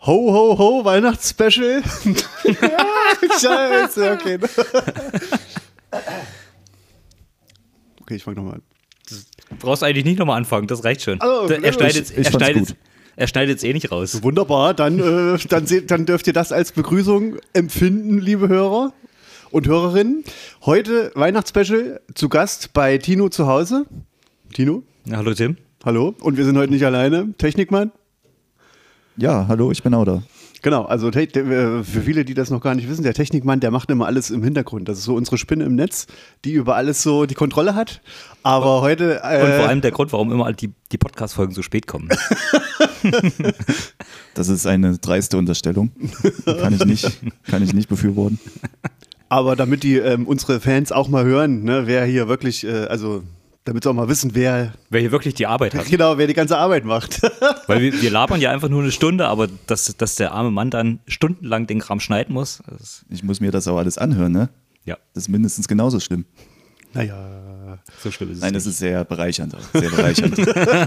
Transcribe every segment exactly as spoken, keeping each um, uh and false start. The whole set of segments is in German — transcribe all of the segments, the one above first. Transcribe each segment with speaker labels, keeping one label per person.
Speaker 1: Ho, ho, ho, Weihnachtsspecial. Scheiße, okay. Okay, ich fange nochmal an.
Speaker 2: Du brauchst eigentlich nicht nochmal anfangen, das reicht schon.
Speaker 1: Oh,
Speaker 2: er schneidet
Speaker 3: ich, ich
Speaker 2: er schneidet,
Speaker 3: gut.
Speaker 2: er schneidet es eh nicht raus.
Speaker 1: Wunderbar, dann, äh, dann, se- dann dürft ihr das als Begrüßung empfinden, liebe Hörer und Hörerinnen. Heute Weihnachtsspecial, zu Gast bei Tino zu Hause. Tino,
Speaker 2: Ja, hallo Tim.
Speaker 1: hallo. Und wir sind heute nicht alleine. Technikmann.
Speaker 3: Ja, hallo, ich bin auch da.
Speaker 1: Genau, also te- de- für viele, die das noch gar nicht wissen, der Technikmann, der macht immer alles im Hintergrund. Das ist so unsere Spinne im Netz, die über alles so die Kontrolle hat. Aber heute... Äh,
Speaker 2: Und vor allem der Grund, warum immer die, die Podcast-Folgen so spät kommen.
Speaker 3: Das ist eine dreiste Unterstellung. Kann ich nicht, kann ich nicht befürworten.
Speaker 1: aber damit die ähm, unsere Fans auch mal hören, ne, wer hier wirklich, äh, also damit sie auch mal wissen, wer,
Speaker 2: Wer hier wirklich die Arbeit hat.
Speaker 1: genau, wer die ganze Arbeit macht.
Speaker 2: Weil wir, wir labern ja einfach nur eine Stunde, aber dass, dass der arme Mann dann stundenlang den Kram schneiden muss, das,
Speaker 3: Ich muss mir das auch alles anhören, ne?
Speaker 2: ja,
Speaker 3: Das ist mindestens genauso schlimm.
Speaker 1: Naja,
Speaker 2: so schlimm ist es
Speaker 3: Nein,
Speaker 2: nicht.
Speaker 3: das ist sehr bereichernd. auch, Sehr bereichernd.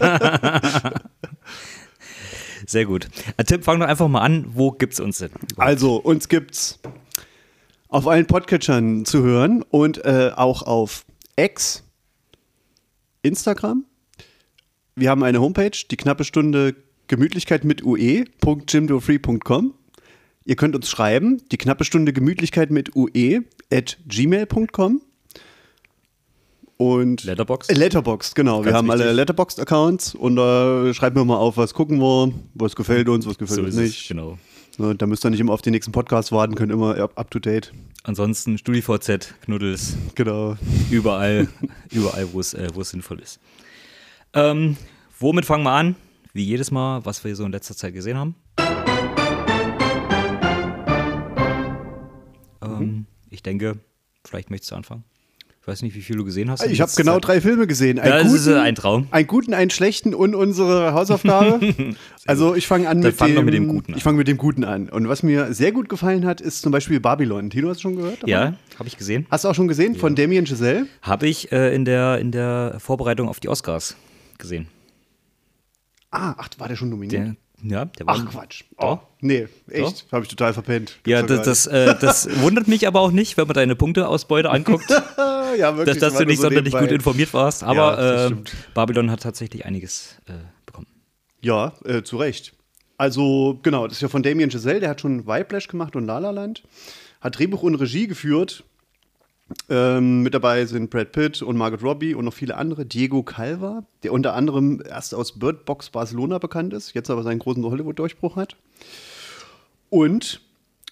Speaker 2: Sehr gut. Äh, Tim, fang doch einfach mal an. Wo gibt's uns denn? überhaupt?
Speaker 1: also uns gibt's auf allen Podcatchern zu hören und äh, auch auf X, Instagram. Wir haben eine Homepage, die knappe Stunde Gemütlichkeit mit ue punkt jimdofree punkt com. Ihr könnt uns schreiben, die knappe Stunde Gemütlichkeit mit ue at gmail punkt com. Und
Speaker 2: Letterboxd?
Speaker 1: Äh, Letterboxd, genau. Wir
Speaker 2: Ganz
Speaker 1: haben alle
Speaker 2: wichtig.
Speaker 1: Letterboxd-Accounts und da schreiben wir mal auf, was gucken wir, was gefällt uns, was gefällt
Speaker 2: so
Speaker 1: uns
Speaker 2: ist
Speaker 1: nicht.
Speaker 2: es, genau.
Speaker 1: Ne, da müsst ihr nicht immer auf den nächsten Podcast warten, könnt immer up, up to date.
Speaker 2: Ansonsten StudiVZ, Knuddels,
Speaker 1: Genau.
Speaker 2: überall, überall, wo es äh, wo es sinnvoll ist. Ähm, womit fangen wir an? Wie jedes Mal, was wir so in letzter Zeit gesehen haben. Ähm,
Speaker 1: Mhm.
Speaker 2: Ich denke, vielleicht möchtest du anfangen. Ich weiß nicht, wie viel du gesehen hast. in
Speaker 1: Ich habe
Speaker 2: letzter
Speaker 1: genau
Speaker 2: Zeit.
Speaker 1: drei Filme gesehen. Einen
Speaker 2: Ja, das
Speaker 1: guten,
Speaker 2: ist äh, ein Traum.
Speaker 1: einen guten, einen schlechten und unsere Hausaufgabe. Also ich fange an
Speaker 2: Dann
Speaker 1: mit
Speaker 2: fang
Speaker 1: dem,
Speaker 2: doch mit dem Guten an.
Speaker 1: Ich fange mit dem Guten an. Und was mir sehr gut gefallen hat, ist zum Beispiel Babylon. Tino, hast du schon gehört? davon?
Speaker 2: Ja, habe ich gesehen.
Speaker 1: Hast du auch schon gesehen von Damien Chazelle?
Speaker 2: Habe ich äh, in, der, in der Vorbereitung auf die Oscars gesehen.
Speaker 1: Ah, ach, war der schon nominiert?
Speaker 2: Der, ja, der war.
Speaker 1: Ach Quatsch.
Speaker 2: Doch.
Speaker 1: Oh, nee, echt. Habe ich total verpennt. Gibt's
Speaker 2: Ja,
Speaker 1: doch gar
Speaker 2: das, das, äh, das wundert mich aber auch nicht, wenn man deine Punkteausbeute anguckt,
Speaker 1: nicht. ja, wirklich,
Speaker 2: dass, dass
Speaker 1: war
Speaker 2: du
Speaker 1: nur
Speaker 2: nicht
Speaker 1: so
Speaker 2: sonderlich
Speaker 1: nebenbei.
Speaker 2: gut informiert warst.
Speaker 1: Ja,
Speaker 2: Aber
Speaker 1: das
Speaker 2: äh,
Speaker 1: stimmt.
Speaker 2: Babylon hat tatsächlich einiges äh, bekommen.
Speaker 1: Ja, äh, zu Recht. Also, genau, das ist ja von Damien Chazelle, der hat schon Whiplash gemacht und La La Land. Hat Drehbuch und Regie geführt. Ähm, mit dabei sind Brad Pitt und Margot Robbie und noch viele andere. Diego Calva, der unter anderem erst aus Bird Box Barcelona bekannt ist, jetzt aber seinen großen Hollywood-Durchbruch hat. Und,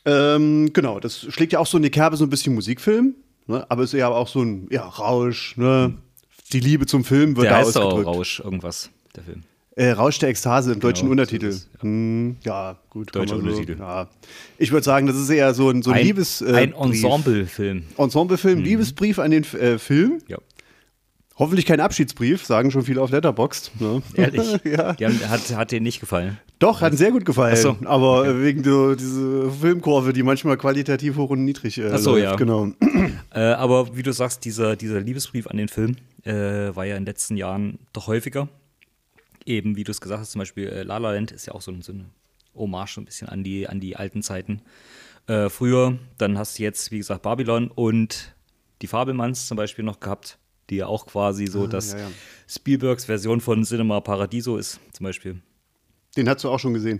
Speaker 1: ähm, genau, das schlägt ja auch so in die Kerbe, so ein bisschen Musikfilm. Ne? Aber ist ja auch so ein ja, Rausch. Ne? Die Liebe zum Film wird
Speaker 2: Der
Speaker 1: da
Speaker 2: heißt doch auch
Speaker 1: ausgedrückt.
Speaker 2: Rausch, irgendwas, der Film.
Speaker 1: Äh, Rausch der Ekstase im deutschen
Speaker 2: so
Speaker 1: Untertitel.
Speaker 2: ist es,
Speaker 1: ja. Hm, ja, gut. kann
Speaker 2: Deutscher
Speaker 1: man so,
Speaker 2: Untertitel.
Speaker 1: Ja. Ich würde sagen, das ist eher so ein, so ein,
Speaker 2: Ein,
Speaker 1: Liebes... Äh,
Speaker 2: ein
Speaker 1: Brief.
Speaker 2: Ensemble-Film.
Speaker 1: Ensemblefilm, Liebesbrief an den äh, Film.
Speaker 2: Ja.
Speaker 1: Hoffentlich kein Abschiedsbrief, sagen schon viele auf Letterboxd. Ne?
Speaker 2: Ehrlich?
Speaker 1: ja.
Speaker 2: Die haben, hat, hat dir nicht gefallen.
Speaker 1: Doch, hat sehr gut gefallen.
Speaker 2: Ach so,
Speaker 1: Aber äh, wegen so dieser Filmkurve, die manchmal qualitativ hoch und niedrig äh,
Speaker 2: Ach so,
Speaker 1: läuft.
Speaker 2: ja.
Speaker 1: Genau.
Speaker 2: Äh, aber wie du sagst, dieser, dieser Liebesbrief an den Film äh, war ja in den letzten Jahren doch häufiger. Eben, wie du es gesagt hast, zum Beispiel äh, La La Land ist ja auch so, ein- so eine Hommage so ein bisschen an die, an die alten Zeiten. Äh, früher, dann hast du jetzt, wie gesagt, Babylon und die Fabelmanns zum Beispiel noch gehabt, die ja auch quasi so
Speaker 1: Ah,
Speaker 2: das
Speaker 1: ja, ja.
Speaker 2: Spielbergs Version von Cinema Paradiso ist, zum Beispiel.
Speaker 1: Den hast du auch schon gesehen.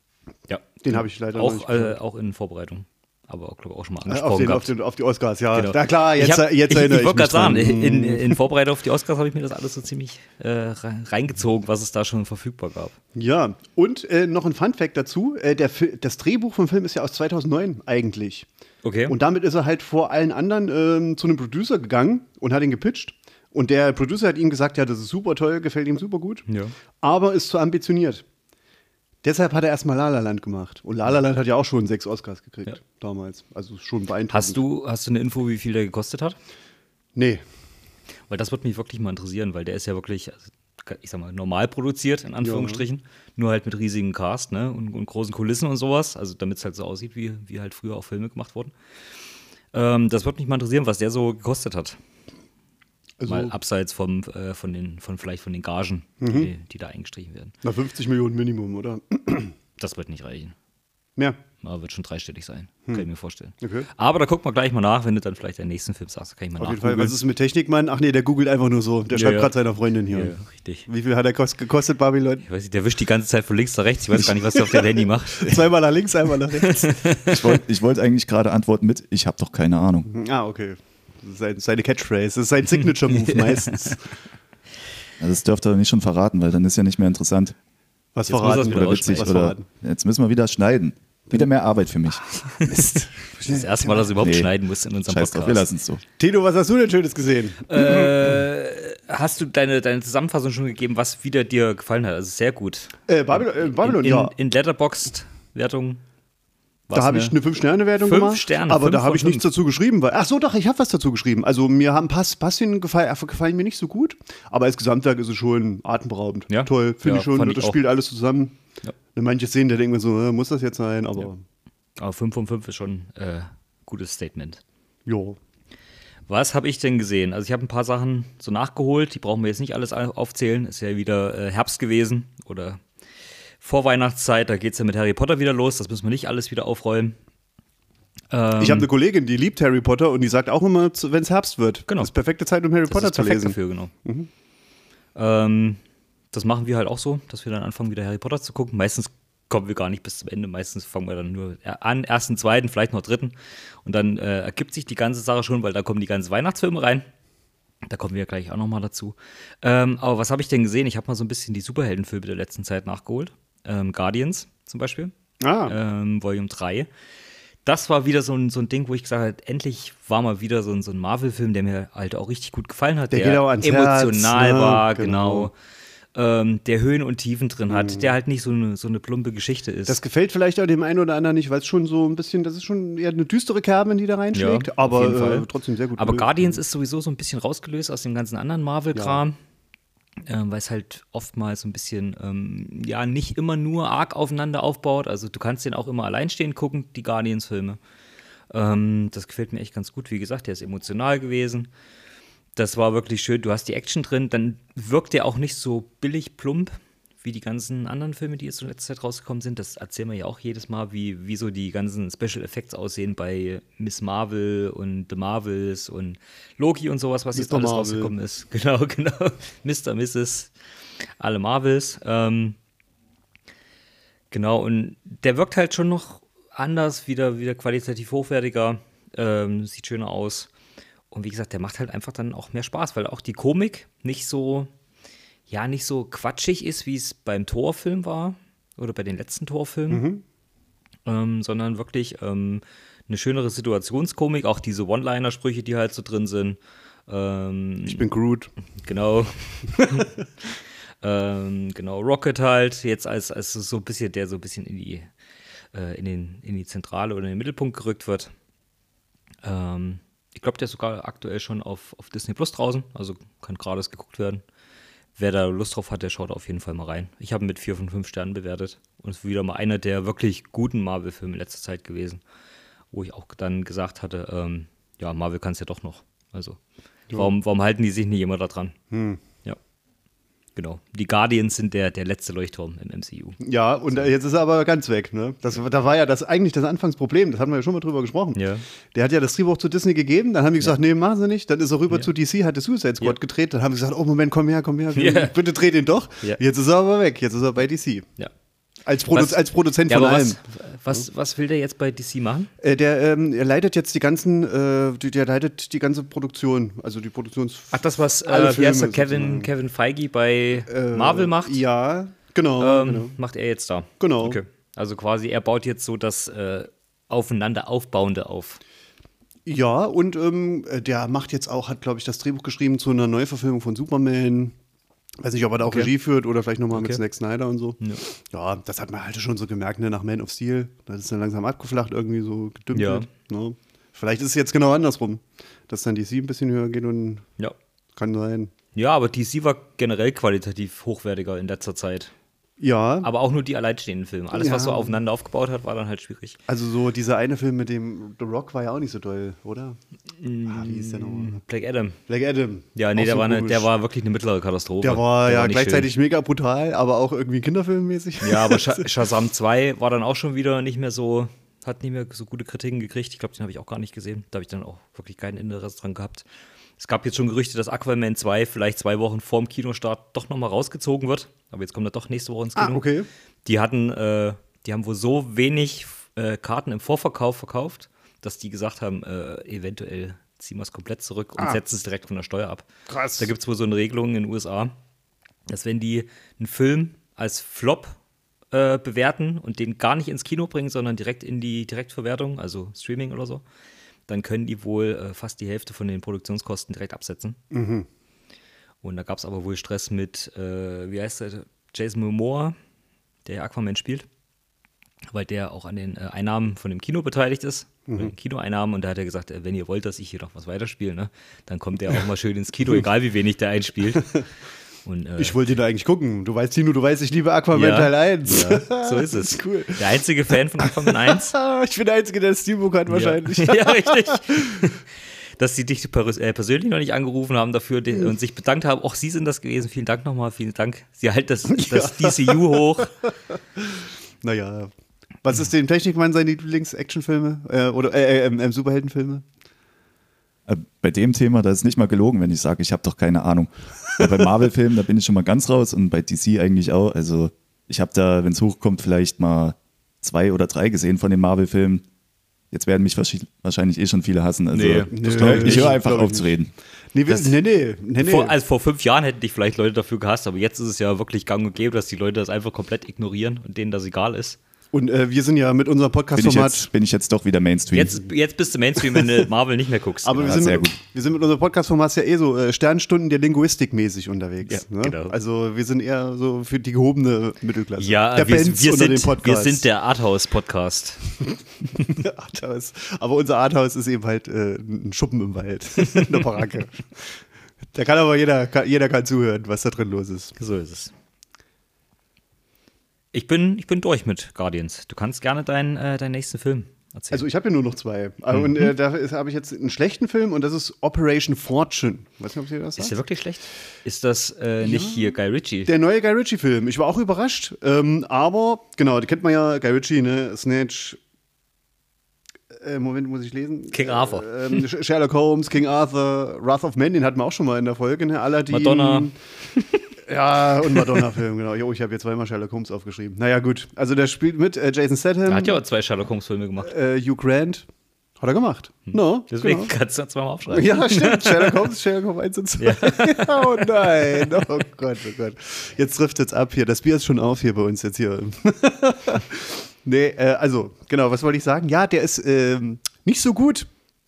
Speaker 2: Ja.
Speaker 1: Den habe ich leider noch nicht
Speaker 2: Auch, äh,
Speaker 1: gesehen.
Speaker 2: auch in Vorbereitung. Aber glaube auch schon mal
Speaker 1: Äh,
Speaker 2: angesprochen
Speaker 1: auf, den, auf,
Speaker 2: gehabt.
Speaker 1: den, auf die Oscars, ja.
Speaker 2: Genau.
Speaker 1: Na klar, jetzt,
Speaker 2: ich hab,
Speaker 1: jetzt
Speaker 2: ich,
Speaker 1: erinnere
Speaker 2: ich
Speaker 1: ich,
Speaker 2: wollte
Speaker 1: mich
Speaker 2: gerade sagen,
Speaker 1: dran.
Speaker 2: in, in Vorbereitung auf die Oscars habe ich mir das alles so ziemlich äh, re- reingezogen, was es da schon verfügbar gab.
Speaker 1: Ja, und äh, noch ein Fun-Fact dazu: äh, der Fi- Das Drehbuch vom Film ist ja aus zweitausendneun eigentlich.
Speaker 2: Okay.
Speaker 1: Und damit ist er halt vor allen anderen ähm, zu einem Producer gegangen und hat ihn gepitcht. Und der Producer hat ihm gesagt: Ja, das ist super toll, gefällt ihm super gut,
Speaker 2: Ja.
Speaker 1: aber ist zu ambitioniert. Deshalb hat er erstmal La La Land gemacht. Und La La Land hat ja auch schon sechs Oscars gekriegt
Speaker 2: Ja.
Speaker 1: damals. Also schon beeindruckend.
Speaker 2: Hast du, hast du eine Info, wie viel der gekostet hat?
Speaker 1: Nee.
Speaker 2: Weil das würde mich wirklich mal interessieren, weil der ist ja wirklich, also, ich sag mal, normal produziert, in Anführungsstrichen. Nur halt mit riesigen Cast, ne? Und, und großen Kulissen und sowas. Also damit es halt so aussieht, wie, wie halt früher auch Filme gemacht wurden. Ähm, das würde mich mal interessieren, was der so gekostet hat.
Speaker 1: Also,
Speaker 2: Mal abseits vom, äh, von den, von vielleicht von den Gagen, die, die da eingestrichen werden.
Speaker 1: na, fünfzig Millionen Minimum, oder?
Speaker 2: Das wird nicht reichen.
Speaker 1: Mehr.
Speaker 2: Aber wird schon dreistellig sein, hm. kann ich mir vorstellen.
Speaker 1: Okay.
Speaker 2: Aber da guckt man gleich mal nach, wenn du dann vielleicht den nächsten Film sagst, kann ich mal
Speaker 1: Auf jeden
Speaker 2: nachgucken.
Speaker 1: Fall, was ist mit Technikmann? Ach nee, der googelt einfach nur so. Der
Speaker 2: ja,
Speaker 1: schreibt
Speaker 2: ja.
Speaker 1: gerade seiner Freundin hier.
Speaker 2: Ja, ja, richtig.
Speaker 1: Wie viel hat er kost- gekostet, Babylon?
Speaker 2: Ich weiß nicht, der wischt die ganze Zeit von links nach rechts. Ich weiß gar nicht, was der auf dem Handy macht.
Speaker 1: Zweimal nach links, einmal nach rechts.
Speaker 3: Ich wollte ich wollt eigentlich gerade antworten mit, ich habe doch keine Ahnung.
Speaker 1: Ah, okay. Das ist sein- seine Catchphrase, das ist sein Signature-Move meistens.
Speaker 3: Also das dürft ihr nicht schon verraten, weil dann ist ja nicht mehr interessant
Speaker 1: Was
Speaker 2: Jetzt muss
Speaker 1: verraten?
Speaker 2: er's wieder
Speaker 3: oder witzig.
Speaker 1: Was
Speaker 3: Oder
Speaker 1: verraten?
Speaker 3: jetzt müssen wir wieder schneiden. Wieder mehr Arbeit für mich.
Speaker 1: Mist.
Speaker 2: Das erste Mal, dass du überhaupt
Speaker 3: Nee.
Speaker 2: schneiden musst in unserem
Speaker 3: Scheiß drauf, wir
Speaker 2: Podcast.
Speaker 3: lassen es so.
Speaker 1: Tino, was hast du denn Schönes gesehen?
Speaker 2: Äh, hast du deine, deine Zusammenfassung schon gegeben, was wieder dir gefallen hat? Also sehr gut.
Speaker 1: Äh, Babylon, äh, Babylon
Speaker 2: in, in,
Speaker 1: ja.
Speaker 2: in Letterboxd-Wertung.
Speaker 1: Da habe ich eine fünf Sterne Wertung
Speaker 2: Fünf
Speaker 1: gemacht.
Speaker 2: Sterne,
Speaker 1: aber
Speaker 2: fünf
Speaker 1: da habe
Speaker 2: von
Speaker 1: ich nichts
Speaker 2: fünf.
Speaker 1: dazu geschrieben. Weil, ach so, doch, ich habe was dazu geschrieben. Also mir haben Pass, Passchen gefallen, gefallen mir nicht so gut. Aber als Gesamtwerk ist es schon atemberaubend.
Speaker 2: Ja?
Speaker 1: Toll, finde
Speaker 2: Ja,
Speaker 1: ich schon.
Speaker 2: fand ich
Speaker 1: Das
Speaker 2: auch.
Speaker 1: spielt alles zusammen.
Speaker 2: Ja.
Speaker 1: Wenn manche sehen, da denken wir so, äh, muss das jetzt sein? Aber ja.
Speaker 2: Aber fünf von fünf ist schon ein äh, gutes Statement.
Speaker 1: Jo.
Speaker 2: Was habe ich denn gesehen? Also ich habe ein paar Sachen so nachgeholt, die brauchen wir jetzt nicht alles aufzählen. Ist ja wieder äh, Herbst gewesen oder Vorweihnachtszeit, da geht es ja mit Harry Potter wieder los, das müssen wir nicht alles wieder aufrollen. Ähm,
Speaker 1: Ich habe eine Kollegin, die liebt Harry Potter und die sagt auch immer, wenn es Herbst wird.
Speaker 2: Genau.
Speaker 1: Das ist perfekte Zeit, um Harry
Speaker 2: das
Speaker 1: Potter
Speaker 2: ist
Speaker 1: zu
Speaker 2: perfekt
Speaker 1: lesen.
Speaker 2: dafür, genau. Ähm, das machen wir halt auch so, dass wir dann anfangen, wieder Harry Potter zu gucken. Meistens kommen wir gar nicht bis zum Ende. Meistens fangen wir dann nur an, ersten, zweiten, vielleicht noch dritten. Und dann äh, ergibt sich die ganze Sache schon, weil da kommen die ganzen Weihnachtsfilme rein. Da kommen wir gleich auch nochmal dazu. Ähm, aber was habe ich denn gesehen? Ich habe mal so ein bisschen die Superheldenfilme der letzten Zeit nachgeholt. Ähm, Guardians zum Beispiel,
Speaker 1: Ah,
Speaker 2: ähm, Volume drei. Das war wieder so ein, so ein Ding, wo ich gesagt habe, endlich war mal wieder so ein, so ein Marvel-Film, der mir halt auch richtig gut gefallen hat.
Speaker 1: Der
Speaker 2: Der,
Speaker 1: geht auch ans
Speaker 2: emotional
Speaker 1: Herz, ne?
Speaker 2: war,
Speaker 1: Genau.
Speaker 2: genau. Ähm, der Höhen und Tiefen drin hat, der halt nicht so eine, so eine plumpe Geschichte ist.
Speaker 1: das gefällt vielleicht auch dem einen oder anderen nicht, weil es schon so ein bisschen, das ist schon eher eine düstere Kerbe, die da reinschlägt.
Speaker 2: Ja, auf
Speaker 1: aber
Speaker 2: jeden Fall.
Speaker 1: äh, trotzdem sehr gut.
Speaker 2: Aber
Speaker 1: gelöst.
Speaker 2: Guardians ist sowieso so ein bisschen rausgelöst aus dem ganzen anderen Marvel-Kram. Ähm, weil es halt oftmals so ein bisschen, ähm, ja, nicht immer nur arg aufeinander aufbaut. Also du kannst den auch immer alleinstehend gucken, die Guardians-Filme. Ähm, das gefällt mir echt ganz gut. Wie gesagt, der ist emotional gewesen. Das war wirklich schön. Du hast die Action drin. Dann wirkt der auch nicht so billig plump wie die ganzen anderen Filme, die jetzt in letzter Zeit rausgekommen sind. Das erzählen wir ja auch jedes Mal, wie, wie so die ganzen Special Effects aussehen bei Miss Marvel und The Marvels und Loki und sowas, was jetzt
Speaker 1: Mister
Speaker 2: alles
Speaker 1: Marvel.
Speaker 2: rausgekommen ist. Genau, genau. Mister Misses alle Marvels. Ähm, genau, und der wirkt halt schon noch anders, wieder, wieder qualitativ hochwertiger, ähm, sieht schöner aus. Und wie gesagt, der macht halt einfach dann auch mehr Spaß, weil auch die Komik nicht so, ja, nicht so quatschig ist, wie es beim Thor-Film war oder bei den letzten Thor-Filmen,
Speaker 1: Mhm.
Speaker 2: ähm, sondern wirklich ähm, eine schönere Situationskomik, auch diese One-Liner-Sprüche, die halt so drin sind. Ähm,
Speaker 1: Ich bin Groot.
Speaker 2: Genau. ähm, genau, Rocket halt, jetzt als, als so ein bisschen, der so ein bisschen in die, äh, in den, in die Zentrale oder in den Mittelpunkt gerückt wird. Ähm, ich glaube, der ist sogar aktuell schon auf, auf Disney Plus draußen, also kann gratis geguckt werden. Wer da Lust drauf hat, der schaut auf jeden Fall mal rein. Ich habe ihn mit vier von fünf Sternen bewertet und ist wieder mal einer der wirklich guten Marvel-Filme in letzter Zeit gewesen, wo ich auch dann gesagt hatte, ähm, ja, Marvel kann es ja doch noch. Also, warum, warum halten die sich nicht immer da dran?
Speaker 1: Hm.
Speaker 2: Ja, genau. Die Guardians sind der, der letzte Leuchtturm im M C U.
Speaker 1: Ja, und äh, jetzt ist er aber ganz weg. Ne? Das, da war ja das eigentlich das Anfangsproblem, das hatten wir ja schon mal drüber gesprochen.
Speaker 2: Ja.
Speaker 1: Der hat ja das Drehbuch zu Disney gegeben, dann haben die gesagt, nee, machen sie nicht. Dann ist er rüber
Speaker 2: Ja.
Speaker 1: zu D C, hat das Suicide Squad
Speaker 2: Ja.
Speaker 1: gedreht. Dann haben sie gesagt, oh Moment, komm her, komm her,
Speaker 2: Ja.
Speaker 1: bitte dreh den doch.
Speaker 2: Ja.
Speaker 1: Jetzt ist er aber weg, jetzt ist er bei D C.
Speaker 2: Ja.
Speaker 1: Als, Produ
Speaker 2: Was-
Speaker 1: als Produzent
Speaker 2: Ja,
Speaker 1: von
Speaker 2: aber
Speaker 1: allem.
Speaker 2: was, was, was will der jetzt bei D C machen?
Speaker 1: Äh, der ähm, er leitet jetzt die ganzen, äh, die, der leitet die ganze Produktion, also die Produktions...
Speaker 2: Ach, das, was
Speaker 1: Alle
Speaker 2: äh, wie heißt
Speaker 1: Filme
Speaker 2: der, Kevin,
Speaker 1: sozusagen.
Speaker 2: Kevin Feige bei
Speaker 1: äh,
Speaker 2: Marvel macht,
Speaker 1: Ja, genau.
Speaker 2: ähm,
Speaker 1: genau.
Speaker 2: macht er jetzt da.
Speaker 1: Genau.
Speaker 2: Okay. Also quasi, er baut jetzt so das äh, aufeinander Aufbauende auf.
Speaker 1: Ja, und ähm, der macht jetzt auch, hat, glaube ich, das Drehbuch geschrieben zu einer Neuverfilmung von Superman. Weiß nicht, ob er da auch
Speaker 2: Okay.
Speaker 1: Regie führt oder vielleicht nochmal mit
Speaker 2: Okay.
Speaker 1: Zack Snyder und so.
Speaker 2: Ja.
Speaker 1: Ja, das hat man halt schon so gemerkt, ne, nach Man of Steel. Das ist dann langsam abgeflacht, irgendwie so gedümpelt. Ne? Vielleicht ist es jetzt genau andersrum, dass dann D C ein bisschen höher geht und
Speaker 2: Ja.
Speaker 1: kann sein.
Speaker 2: Ja, aber D C war generell qualitativ hochwertiger in letzter Zeit.
Speaker 1: Ja.
Speaker 2: Aber auch nur die alleinstehenden Filme. Alles,
Speaker 1: Ja.
Speaker 2: was so aufeinander aufgebaut hat, war dann halt schwierig.
Speaker 1: Also so dieser eine Film mit dem The Rock war ja auch nicht so doll, oder? Ah, wie hieß der nochmal?
Speaker 2: Black Adam.
Speaker 1: Black Adam.
Speaker 2: Ja, nee,
Speaker 1: Auch
Speaker 2: der,
Speaker 1: so
Speaker 2: war eine,
Speaker 1: komisch.
Speaker 2: der war wirklich eine mittlere Katastrophe.
Speaker 1: Der war ja
Speaker 2: nicht
Speaker 1: gleichzeitig mega brutal, aber auch irgendwie kinderfilmmäßig.
Speaker 2: schön. Ja, aber Sha- Shazam zwei war dann auch schon wieder nicht mehr so, hat nicht mehr so gute Kritiken gekriegt. Ich glaube, den habe ich auch gar nicht gesehen. Da habe ich dann auch wirklich kein Interesse dran gehabt. Es gab jetzt schon Gerüchte, dass Aquaman zwei vielleicht zwei Wochen vorm Kinostart doch nochmal rausgezogen wird. Aber jetzt kommt er doch nächste Woche ins Kino.
Speaker 1: Ah, okay.
Speaker 2: Die hatten, äh, die haben wohl so wenig äh, Karten im Vorverkauf verkauft, dass die gesagt haben, äh, eventuell ziehen wir es komplett zurück und
Speaker 1: Ah.
Speaker 2: setzen es direkt von der Steuer ab.
Speaker 1: Krass.
Speaker 2: Da gibt es wohl so eine Regelung in den U S A, dass wenn die einen Film als Flop äh, bewerten und den gar nicht ins Kino bringen, sondern direkt in die Direktverwertung, also Streaming oder so, dann können die wohl äh, fast die Hälfte von den Produktionskosten direkt absetzen.
Speaker 1: Mhm.
Speaker 2: Und da gab es aber wohl Stress mit, äh, wie heißt der, Jason Momoa, der ja Aquaman spielt, weil der auch an den äh, Einnahmen von dem Kino beteiligt ist, mhm. den Kinoeinnahmen. Und da hat er gesagt, äh, wenn ihr wollt, dass ich hier noch was weiterspiele, ne, dann kommt der auch mal schön ins Kino, egal wie wenig der einspielt. Und, äh,
Speaker 1: Ich wollte ihn eigentlich gucken. Du weißt, Tino, du weißt, ich liebe Aquaman
Speaker 2: Ja,
Speaker 1: Teil eins.
Speaker 2: ja, so ist es.
Speaker 1: Das ist cool.
Speaker 2: Der einzige Fan von Aquaman eins.
Speaker 1: Ich bin der Einzige, der das Steelbook hat wahrscheinlich.
Speaker 2: Ja, ja richtig. Dass sie dich pers äh, persönlich noch nicht angerufen haben dafür die, und sich bedankt haben. Auch Sie sind das gewesen. Vielen Dank nochmal. Vielen Dank. Sie halten das, das D C U hoch.
Speaker 1: Naja. Was ist dem Technikmann seine Lieblings-Actionfilme? Äh, oder äh, äh, äh, Superheldenfilme?
Speaker 3: Äh, Bei dem Thema, da ist nicht mal gelogen, wenn ich sage, ich habe doch keine Ahnung. Ja, bei Marvel-Filmen, da bin ich schon mal ganz raus und bei D C eigentlich auch. Also ich habe da, wenn es hochkommt, vielleicht mal zwei oder drei gesehen von den Marvel-Filmen. Jetzt werden mich wahrscheinlich eh schon viele hassen. Also
Speaker 2: Nee,
Speaker 1: das
Speaker 3: ich,
Speaker 1: glaub ich
Speaker 3: ich
Speaker 1: nicht.
Speaker 3: höre einfach
Speaker 1: Glaub ich
Speaker 3: auf zu reden.
Speaker 1: Nee, wir,
Speaker 2: Das-
Speaker 1: nee, nee, nee, nee.
Speaker 2: Vor, also vor fünf Jahren hätten dich vielleicht Leute dafür gehasst, aber jetzt ist es ja wirklich gang und gäbe, dass die Leute das einfach komplett ignorieren und denen das egal ist.
Speaker 1: Und äh, wir sind ja mit unserem
Speaker 3: Bin ich,
Speaker 1: Podcast-Format.
Speaker 3: jetzt, bin ich jetzt doch wieder Mainstream.
Speaker 2: Jetzt, jetzt bist du Mainstream, wenn du Marvel nicht mehr guckst.
Speaker 1: Aber wir
Speaker 3: Ja,
Speaker 1: sind,
Speaker 3: sehr
Speaker 1: mit,
Speaker 3: gut.
Speaker 1: wir sind mit unserem Podcast-Format ja eh so äh, Sternstunden der Linguistik mäßig unterwegs.
Speaker 2: Ja,
Speaker 1: ne?
Speaker 2: genau.
Speaker 1: Also wir sind eher so für die gehobene Mittelklasse.
Speaker 2: ja,
Speaker 1: der
Speaker 2: wir,
Speaker 1: Bands
Speaker 2: wir,
Speaker 1: unter
Speaker 2: sind,
Speaker 1: den Podcasts.
Speaker 2: wir sind der Arthouse-Podcast.
Speaker 1: Arthouse. Aber unser Arthouse ist eben halt äh, ein Schuppen im Wald, eine Baracke. Da kann aber jeder, kann, jeder kann zuhören, was da drin los ist.
Speaker 2: So ist es. Ich bin, ich bin durch mit Guardians. Du kannst gerne deinen, äh, deinen nächsten Film erzählen.
Speaker 1: Also ich habe ja nur noch zwei. Mhm. Und äh, da habe ich jetzt einen schlechten Film und das ist Operation Fortune. Weiß nicht, ob ihr das sagt.
Speaker 2: ist der wirklich schlecht? Ist das äh, nicht hier Guy Ritchie?
Speaker 1: Der neue Guy Ritchie-Film. Ich war auch überrascht. Ähm, aber, genau, die kennt man ja, Guy Ritchie, ne? Snatch. Äh, Moment, muss ich lesen.
Speaker 2: King Arthur.
Speaker 1: Äh, ähm, Sherlock Holmes, King Arthur, Wrath of Man, den hatten wir auch schon mal in der Folge, ne? Aladdin.
Speaker 2: Madonna.
Speaker 1: Ja, und Madonna-Film, genau. Jo, ich habe jetzt zweimal Sherlock Holmes aufgeschrieben. Naja, gut. Also der spielt mit äh, Jason Statham,
Speaker 2: Er hat ja auch zwei Sherlock Holmes-Filme gemacht.
Speaker 1: äh, Hugh Grant. Hat er gemacht. No,
Speaker 2: Deswegen
Speaker 1: genau.
Speaker 2: kannst du das zweimal aufschreiben.
Speaker 1: Ja, stimmt. Sherlock Holmes, Sherlock Holmes eins und zwei. Ja. Oh nein. Oh Gott, oh Gott. Jetzt trifft jetzt ab hier. Das Bier ist schon auf hier bei uns jetzt hier. Nee, äh, also, genau, was wollte ich sagen? Ja, der ist ähm, nicht so gut.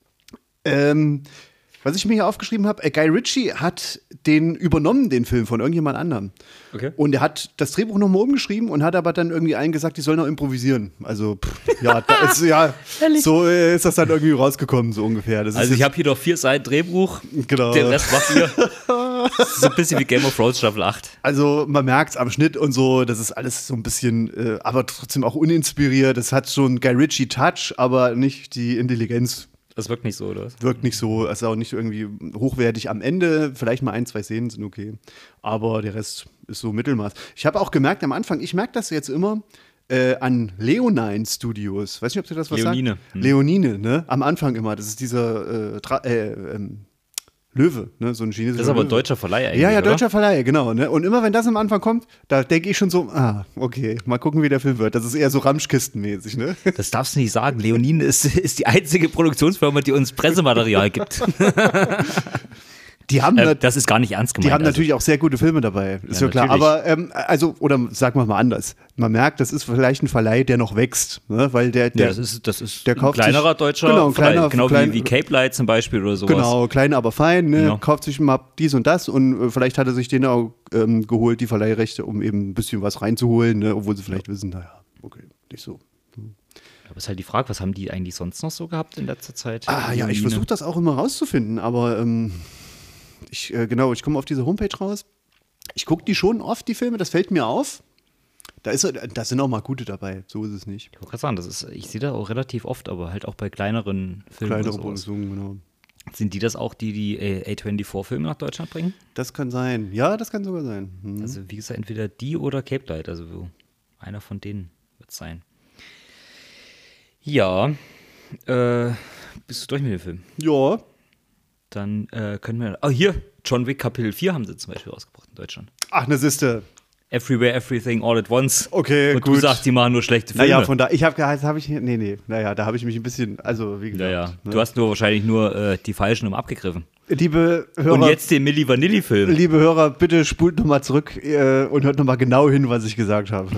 Speaker 1: Ähm, was ich mir hier aufgeschrieben habe, äh, Guy Ritchie hat den übernommen, den Film, von irgendjemand anderem.
Speaker 2: Okay.
Speaker 1: Und er hat das Drehbuch nochmal umgeschrieben und hat aber dann irgendwie allen gesagt, die sollen noch improvisieren. Also, pff, ja, da ist, ja so äh, ist das dann irgendwie rausgekommen, so ungefähr. Das ist
Speaker 2: Also ich
Speaker 1: jetzt-
Speaker 2: habe hier noch vier Seiten Drehbuch,
Speaker 1: Genau.
Speaker 2: den Rest macht ihr. Das ist so ein bisschen wie Game of Thrones Staffel acht.
Speaker 1: Also man merkt es am Schnitt und so, das ist alles so ein bisschen, äh, aber trotzdem auch uninspiriert. Das hat schon Guy Ritchie-Touch, aber nicht die Intelligenz.
Speaker 2: Das wirkt nicht so, oder was?
Speaker 1: Wirkt nicht so, ist auch nicht irgendwie hochwertig am Ende. Vielleicht mal ein, zwei Szenen sind okay, aber der Rest ist so Mittelmaß. Ich habe auch gemerkt am Anfang, ich merke das jetzt immer äh, an Leonine Studios. Weiß nicht, ob Sie das was
Speaker 2: Leonine.
Speaker 1: sagt?
Speaker 2: Hm.
Speaker 1: Leonine, ne? Am Anfang immer. Das ist dieser äh, Tra- äh, ähm, Löwe, ne? So ein chinesischer
Speaker 2: Das ist aber ein
Speaker 1: Löwe.
Speaker 2: deutscher Verleih eigentlich,
Speaker 1: Ja, ja,
Speaker 2: oder?
Speaker 1: deutscher Verleih, genau. Ne? Und immer wenn das am Anfang kommt, da denke ich schon so, ah, okay, mal gucken, wie der Film wird. Das ist eher so Ramschkistenmäßig, ne?
Speaker 2: Das darfst du nicht sagen. Leonine ist, ist die einzige Produktionsfirma, die uns Pressematerial gibt.
Speaker 1: Die haben,
Speaker 2: Äh,
Speaker 1: nat-
Speaker 2: das ist gar nicht ernst gemeint.
Speaker 1: die haben
Speaker 2: also.
Speaker 1: natürlich auch sehr gute Filme dabei, ist ja,
Speaker 2: Ja,
Speaker 1: klar.
Speaker 2: natürlich.
Speaker 1: Aber, ähm, also, oder sagen wir mal anders. Man merkt, das ist vielleicht ein Verleih, der noch wächst, ne? Weil der, der
Speaker 2: Ja, das ist, das ist
Speaker 1: der
Speaker 2: ein
Speaker 1: kauft
Speaker 2: kleinerer
Speaker 1: sich-
Speaker 2: deutscher
Speaker 1: genau, ein
Speaker 2: Verleih.
Speaker 1: kleiner-
Speaker 2: Genau
Speaker 1: klein-
Speaker 2: wie, wie Cape Light zum Beispiel oder sowas.
Speaker 1: Genau, klein, aber fein, ne?
Speaker 2: Genau.
Speaker 1: Kauft sich mal dies und das und äh, vielleicht hat er sich den auch ähm, geholt, die Verleihrechte, um eben ein bisschen was reinzuholen, ne? Obwohl sie vielleicht wissen, naja, okay, nicht so.
Speaker 2: Aber es ist halt die Frage, was haben die eigentlich sonst noch so gehabt in letzter Zeit?
Speaker 1: Ah ja, ich
Speaker 2: Leonine?
Speaker 1: versuche das auch immer rauszufinden, aber ähm, ich, äh, genau, ich komme auf diese Homepage raus. Ich gucke die schon oft, die Filme, das fällt mir auf. Da, ist, da sind auch mal gute dabei, so ist es nicht.
Speaker 2: Ich wollte gerade sagen, das ist, ich sehe das auch relativ oft, aber halt auch bei kleineren Filmen.
Speaker 1: Kleinere
Speaker 2: oder sowas.
Speaker 1: Produktionen, genau.
Speaker 2: Sind die das auch, die die A vierundzwanzig-Filme nach Deutschland bringen?
Speaker 1: Das kann sein. Ja, das kann sogar sein. Mhm.
Speaker 2: Also wie gesagt, entweder die oder Cape Light, also so einer von denen wird es sein. Ja, äh, bist du durch mit dem Film?
Speaker 1: Ja.
Speaker 2: Dann äh, können wir, oh hier, John Wick Kapitel vier haben sie zum Beispiel rausgebracht in Deutschland.
Speaker 1: Ach, ne Siste.
Speaker 2: Everywhere, Everything, All at Once.
Speaker 1: Okay,
Speaker 2: Und
Speaker 1: gut.
Speaker 2: du sagst, die machen nur schlechte Filme.
Speaker 1: Naja, von da, ich habe geheißen, habe ich, nee, nee, naja, da habe ich mich ein bisschen, also wie gesagt.
Speaker 2: Naja,
Speaker 1: ne?
Speaker 2: du hast nur wahrscheinlich nur äh, die falschen immer abgegriffen.
Speaker 1: Liebe Hörer,
Speaker 2: Und jetzt den Milli Vanilli-Film.
Speaker 1: liebe Hörer, bitte spult nochmal zurück äh, und hört nochmal genau hin, was ich gesagt habe.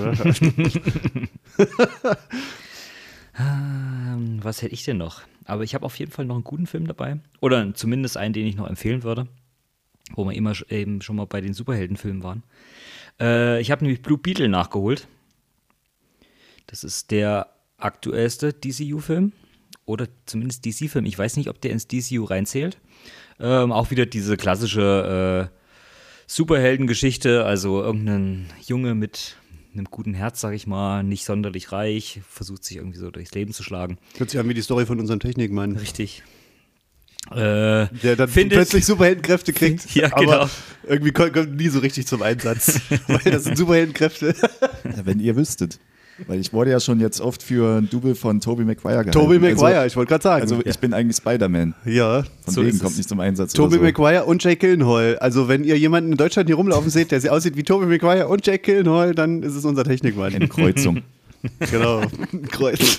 Speaker 2: ähm, was hätte ich denn noch? Aber ich habe auf jeden Fall noch einen guten Film dabei. Oder zumindest einen, den ich noch empfehlen würde. Wo wir immer eben schon mal bei den Superheldenfilmen waren. Äh, ich habe nämlich Blue Beetle nachgeholt. Das ist der aktuellste D C U-Film. Oder zumindest D C-Film. Ich weiß nicht, ob der ins D C U reinzählt. Ähm, auch wieder diese klassische äh, Superheldengeschichte. Also irgendein Junge mit einem guten Herz, sag ich mal, nicht sonderlich reich, versucht sich irgendwie so durchs Leben zu schlagen.
Speaker 1: Hört sich an wie die Story von unserem Technikmann.
Speaker 2: Richtig. Äh,
Speaker 1: Der dann
Speaker 2: findet,
Speaker 1: plötzlich Superheldenkräfte kriegt,
Speaker 2: Ja, genau.
Speaker 1: aber irgendwie kommt, kommt nie so richtig zum Einsatz. Weil das sind Superheldenkräfte.
Speaker 3: Ja, wenn ihr wüsstet. Weil ich wurde ja schon jetzt oft für ein Double von Tobey Maguire gehalten.
Speaker 1: Tobey Maguire,
Speaker 3: also,
Speaker 1: ich wollte gerade sagen.
Speaker 3: Also ich bin eigentlich Spider-Man.
Speaker 1: ja.
Speaker 3: Von
Speaker 2: So
Speaker 3: wegen
Speaker 2: ist
Speaker 3: kommt
Speaker 2: es.
Speaker 3: nicht zum Einsatz.
Speaker 1: Tobey
Speaker 3: oder so.
Speaker 1: Maguire und Jake Gyllenhaal. Also wenn ihr jemanden in Deutschland hier rumlaufen seht, der aussieht wie Tobey Maguire und Jake Gyllenhaal, dann ist es unser Technikmann.
Speaker 3: Eine Kreuzung.
Speaker 1: Genau. Kreuz.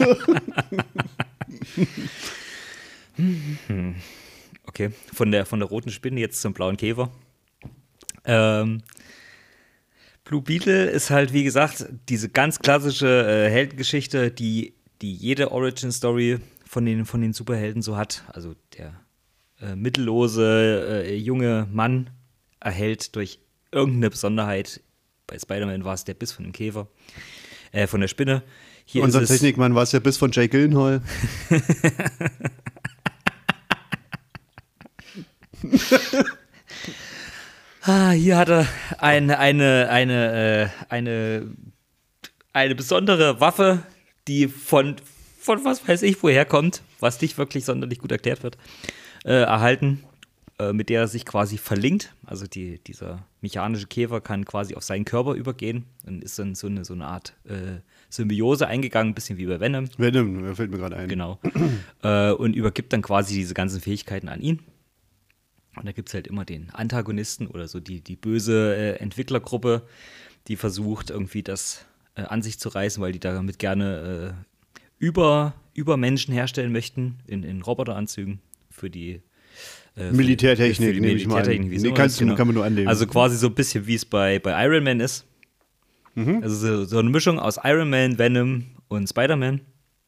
Speaker 2: Okay, von der, von der roten Spinne jetzt zum blauen Käfer. Ähm, Blue Beetle ist halt, wie gesagt, diese ganz klassische äh, Heldengeschichte, die, die jede Origin-Story von den, von den Superhelden so hat. Also der äh, mittellose äh, junge Mann erhält durch irgendeine Besonderheit, bei Spider-Man war es der Biss von dem Käfer, äh, von der Spinne. Hier
Speaker 1: Unser
Speaker 2: ist es,
Speaker 1: Technikmann war es ja bis von Jake Gyllenhaal.
Speaker 2: Ah, hier hat er eine, eine, eine, äh, eine, eine besondere Waffe, die von, von was weiß ich woher kommt, was nicht wirklich sonderlich gut erklärt wird, äh, erhalten, äh, mit der er sich quasi verlinkt. Also die, dieser mechanische Käfer kann quasi auf seinen Körper übergehen und ist dann so eine, so eine Art äh, Symbiose eingegangen, ein bisschen wie bei Venom.
Speaker 1: Venom, fällt mir gerade ein.
Speaker 2: Genau. äh, und übergibt dann quasi diese ganzen Fähigkeiten an ihn. Und da gibt es halt immer den Antagonisten oder so die, die böse äh, Entwicklergruppe, die versucht, irgendwie das äh, an sich zu reißen, weil die damit gerne äh, über, Übermenschen herstellen möchten in, in Roboteranzügen für die äh,
Speaker 1: Militärtechnik,
Speaker 2: für die
Speaker 1: nehme ich mal an.
Speaker 2: Militärtechnik, wie es
Speaker 1: Nee,
Speaker 2: immer
Speaker 1: kannst
Speaker 2: ist,
Speaker 1: du-
Speaker 2: genau.
Speaker 1: kann man nur annehmen.
Speaker 2: Also quasi so ein bisschen, wie es bei, bei Iron Man ist. Also so, so eine Mischung aus Iron Man, Venom und Spider-Man.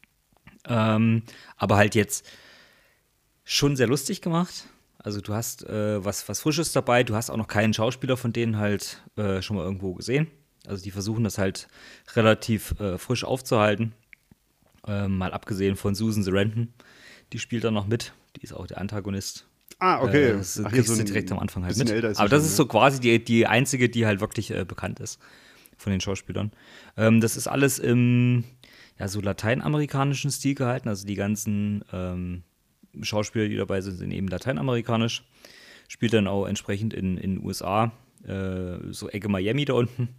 Speaker 2: Ähm, aber halt jetzt schon sehr lustig gemacht. Also du hast äh, was, was Frisches dabei, du hast auch noch keinen Schauspieler von denen halt äh, schon mal irgendwo gesehen. Also die versuchen das halt relativ äh, frisch aufzuhalten. Ähm, mal abgesehen von Susan Sarandon, die spielt da noch mit. Die ist auch der Antagonist.
Speaker 1: Ah, okay.
Speaker 2: Äh, das
Speaker 1: Ach, hier
Speaker 2: kriegst
Speaker 1: so
Speaker 2: du
Speaker 1: ein
Speaker 2: direkt am Anfang halt
Speaker 1: bisschen
Speaker 2: mit.
Speaker 1: älter ist sie
Speaker 2: Aber das
Speaker 1: schon,
Speaker 2: ist
Speaker 1: ne?
Speaker 2: so quasi die, die einzige, die halt wirklich äh, bekannt ist von den Schauspielern. Ähm, das ist alles im ja, so lateinamerikanischen Stil gehalten. Also die ganzen ähm, Schauspieler, die dabei sind, sind eben lateinamerikanisch. Spielt dann auch entsprechend in den U S A, äh, so Ecke Miami da unten.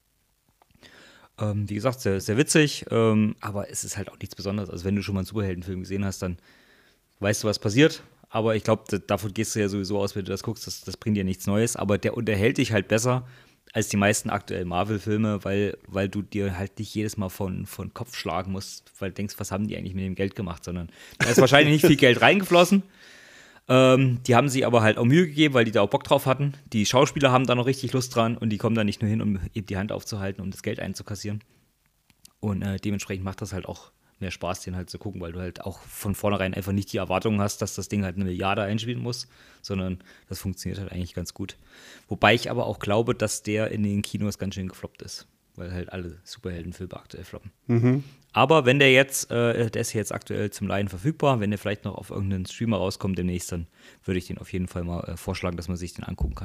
Speaker 2: Ähm, wie gesagt, sehr, sehr witzig, ähm, aber es ist halt auch nichts Besonderes. Also wenn du schon mal einen Superheldenfilm gesehen hast, dann weißt du, was passiert. Aber ich glaube, davon gehst du ja sowieso aus, wenn du das guckst, das, das bringt dir nichts Neues. Aber der unterhält dich halt besser als die meisten aktuellen Marvel-Filme, weil, weil du dir halt nicht jedes Mal von, von Kopf schlagen musst, weil du denkst, was haben die eigentlich mit dem Geld gemacht, sondern da ist wahrscheinlich nicht viel Geld reingeflossen. Ähm, die haben sich aber halt auch Mühe gegeben, weil die da auch Bock drauf hatten. Die Schauspieler haben da noch richtig Lust dran und die kommen da nicht nur hin, um eben die Hand aufzuhalten, um das Geld einzukassieren. Und äh, dementsprechend macht das halt auch mehr Spaß, den halt zu gucken, weil du halt auch von vornherein einfach nicht die Erwartung hast, dass das Ding halt eine Milliarde einspielen muss, sondern das funktioniert halt eigentlich ganz gut. Wobei ich aber auch glaube, dass der in den Kinos ganz schön gefloppt ist, weil halt alle Superheldenfilme aktuell floppen.
Speaker 1: Mhm.
Speaker 2: Aber wenn der jetzt, äh, der ist jetzt aktuell zum Leihen verfügbar, wenn der vielleicht noch auf irgendeinen Streamer rauskommt demnächst, dann würde ich den auf jeden Fall mal äh, vorschlagen, dass man sich den angucken kann.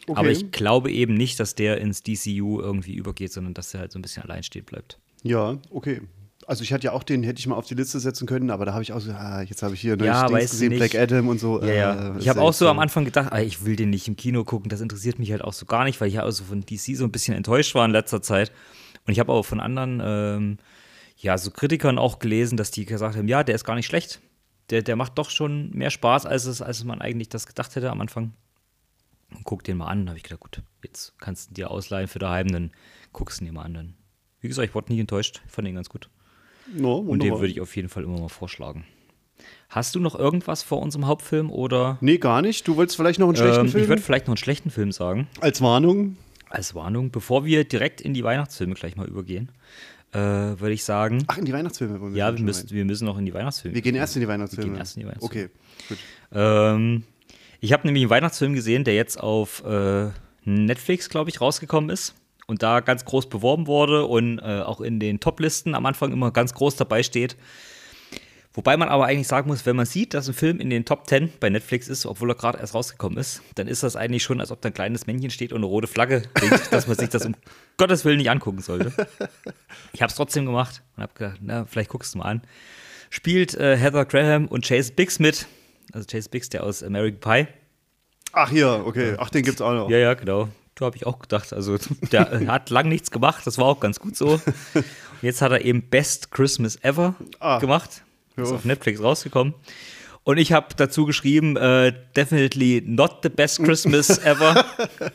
Speaker 1: Okay.
Speaker 2: Aber ich glaube eben nicht, dass der ins D C U irgendwie übergeht, sondern dass er halt so ein bisschen alleinstehend bleibt.
Speaker 1: Ja, okay. Also ich hatte ja auch den, hätte ich mal auf die Liste setzen können, aber da habe ich auch so, ah, jetzt habe ich hier neue
Speaker 2: Ja,
Speaker 1: Dings
Speaker 2: weißt du
Speaker 1: gesehen,
Speaker 2: nicht.
Speaker 1: Black Adam und so.
Speaker 2: Ja, ja.
Speaker 1: äh,
Speaker 2: Ich habe
Speaker 1: ist
Speaker 2: auch so
Speaker 1: echt,
Speaker 2: am Anfang gedacht, ah, ich will den nicht im Kino gucken, das interessiert mich halt auch so gar nicht, weil ich ja auch so von D C so ein bisschen enttäuscht war in letzter Zeit. Und ich habe auch von anderen, ähm, ja, so Kritikern auch gelesen, dass die gesagt haben, ja, der ist gar nicht schlecht. Der, der macht doch schon mehr Spaß, als, es, als man eigentlich das gedacht hätte am Anfang. Und guck den mal an. Da habe ich gedacht, gut, jetzt kannst du dir ausleihen für daheim, dann guckst du ihn dir mal an. Dann. Wie gesagt, ich wurde nicht enttäuscht, fand ihn ganz gut.
Speaker 1: No,
Speaker 2: Und den würde ich auf jeden Fall immer mal vorschlagen. Hast du noch irgendwas vor unserem Hauptfilm oder?
Speaker 1: Nee, gar nicht. Du wolltest vielleicht noch einen schlechten
Speaker 2: Ähm,
Speaker 1: Film?
Speaker 2: ich würde vielleicht noch einen schlechten Film sagen.
Speaker 1: Als Warnung?
Speaker 2: Als Warnung, bevor wir direkt in die Weihnachtsfilme gleich mal übergehen, äh, würde ich sagen,
Speaker 1: Ach, in die Weihnachtsfilme wollen wir
Speaker 2: ja,
Speaker 1: schon
Speaker 2: wir müssen,
Speaker 1: rein.
Speaker 2: wir müssen noch in die Weihnachtsfilme.
Speaker 1: Wir gehen erst in die Weihnachtsfilme.
Speaker 2: Wir gehen erst in die Weihnachtsfilme.
Speaker 1: Okay, gut.
Speaker 2: Ähm, ich habe nämlich einen Weihnachtsfilm gesehen, der jetzt auf äh, Netflix, glaube ich, rausgekommen ist und da ganz groß beworben wurde und äh, auch in den Top-Listen am Anfang immer ganz groß dabei steht. Wobei man aber eigentlich sagen muss, wenn man sieht, dass ein Film in den Top zehn bei Netflix ist, obwohl er gerade erst rausgekommen ist, dann ist das eigentlich schon, als ob da ein kleines Männchen steht und eine rote Flagge blinkt, dass man sich das um Gottes Willen nicht angucken sollte. Ich habe es trotzdem gemacht und habe gedacht, na, vielleicht guckst du mal an. Spielt äh, Heather Graham und Chase Biggs mit. Also Chase Biggs, der aus American Pie.
Speaker 1: Ach hier, okay. Ach, den gibt's auch noch.
Speaker 2: Ja, ja, genau. Da habe ich auch gedacht. Also der hat lang nichts gemacht, das war auch ganz gut so. Und jetzt hat er eben Best Christmas Ever
Speaker 1: Ah.
Speaker 2: gemacht. Ist
Speaker 1: Ja.
Speaker 2: auf Netflix rausgekommen. Und ich habe dazu geschrieben, äh, definitely not the best Christmas ever.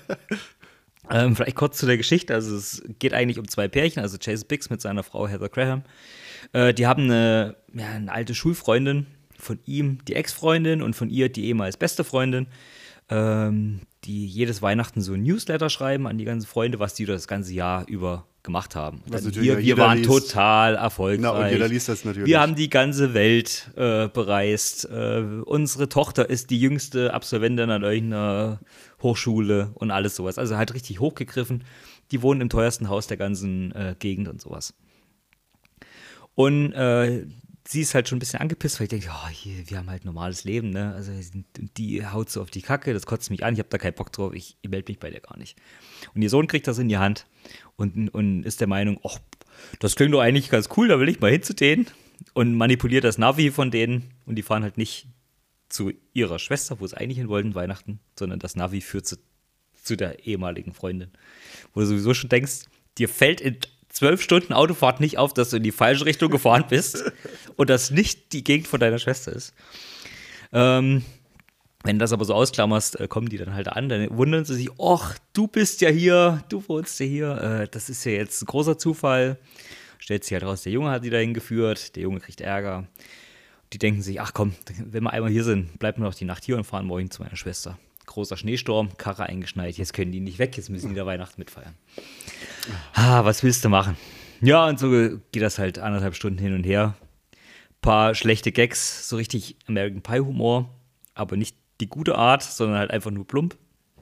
Speaker 2: ähm, vielleicht kurz zu der Geschichte. Also es geht eigentlich um zwei Pärchen, also Chase Biggs mit seiner Frau Heather Graham. Äh, die haben eine, ja, eine alte Schulfreundin, von ihm die Ex-Freundin und von ihr die ehemals beste Freundin, ähm, die jedes Weihnachten so ein Newsletter schreiben an die ganzen Freunde, was die das ganze Jahr über gemacht haben. Und
Speaker 1: Was
Speaker 2: dann
Speaker 1: natürlich
Speaker 2: wir
Speaker 1: ja
Speaker 2: wir
Speaker 1: jeder
Speaker 2: waren
Speaker 1: liest.
Speaker 2: total erfolgreich.
Speaker 1: Na, und jeder liest das natürlich.
Speaker 2: Wir haben die ganze Welt äh, bereist. Äh, unsere Tochter ist die jüngste Absolventin an irgendeiner Hochschule und alles sowas. Also halt richtig hochgegriffen. Die wohnen im teuersten Haus der ganzen äh, Gegend und sowas. Und äh, sie ist halt schon ein bisschen angepisst, weil ich denke, oh, hier, wir haben halt ein normales Leben, ne? Also die haut so auf die Kacke, das kotzt mich an, ich habe da keinen Bock drauf, ich, ich melde mich bei der gar nicht. Und ihr Sohn kriegt das in die Hand und, und ist der Meinung, ach, das klingt doch eigentlich ganz cool, da will ich mal hin zu denen und manipuliert das Navi von denen und die fahren halt nicht zu ihrer Schwester, wo sie eigentlich hin wollten, Weihnachten, sondern das Navi führt zu, zu der ehemaligen Freundin. Wo du sowieso schon denkst, dir fällt in zwölf Stunden Autofahrt nicht auf, dass du in die falsche Richtung gefahren bist und das nicht die Gegend von deiner Schwester ist. Ähm, wenn du das aber so ausklammerst, äh, kommen die dann halt an, dann wundern sie sich, ach, du bist ja hier, du wohnst ja hier, äh, das ist ja jetzt ein großer Zufall. Stellt sich halt raus, der Junge hat die dahin geführt, der Junge kriegt Ärger. Die denken sich, ach komm, wenn wir einmal hier sind, bleiben wir noch die Nacht hier und fahren morgen zu meiner Schwester. Großer Schneesturm, Karre eingeschneit, jetzt können die nicht weg, jetzt müssen die da Weihnachten mitfeiern. Ah, was willst du machen? Ja, und so geht das halt anderthalb Stunden hin und her. Paar schlechte Gags, so richtig American Pie Humor, aber nicht die gute Art, sondern halt einfach nur plump.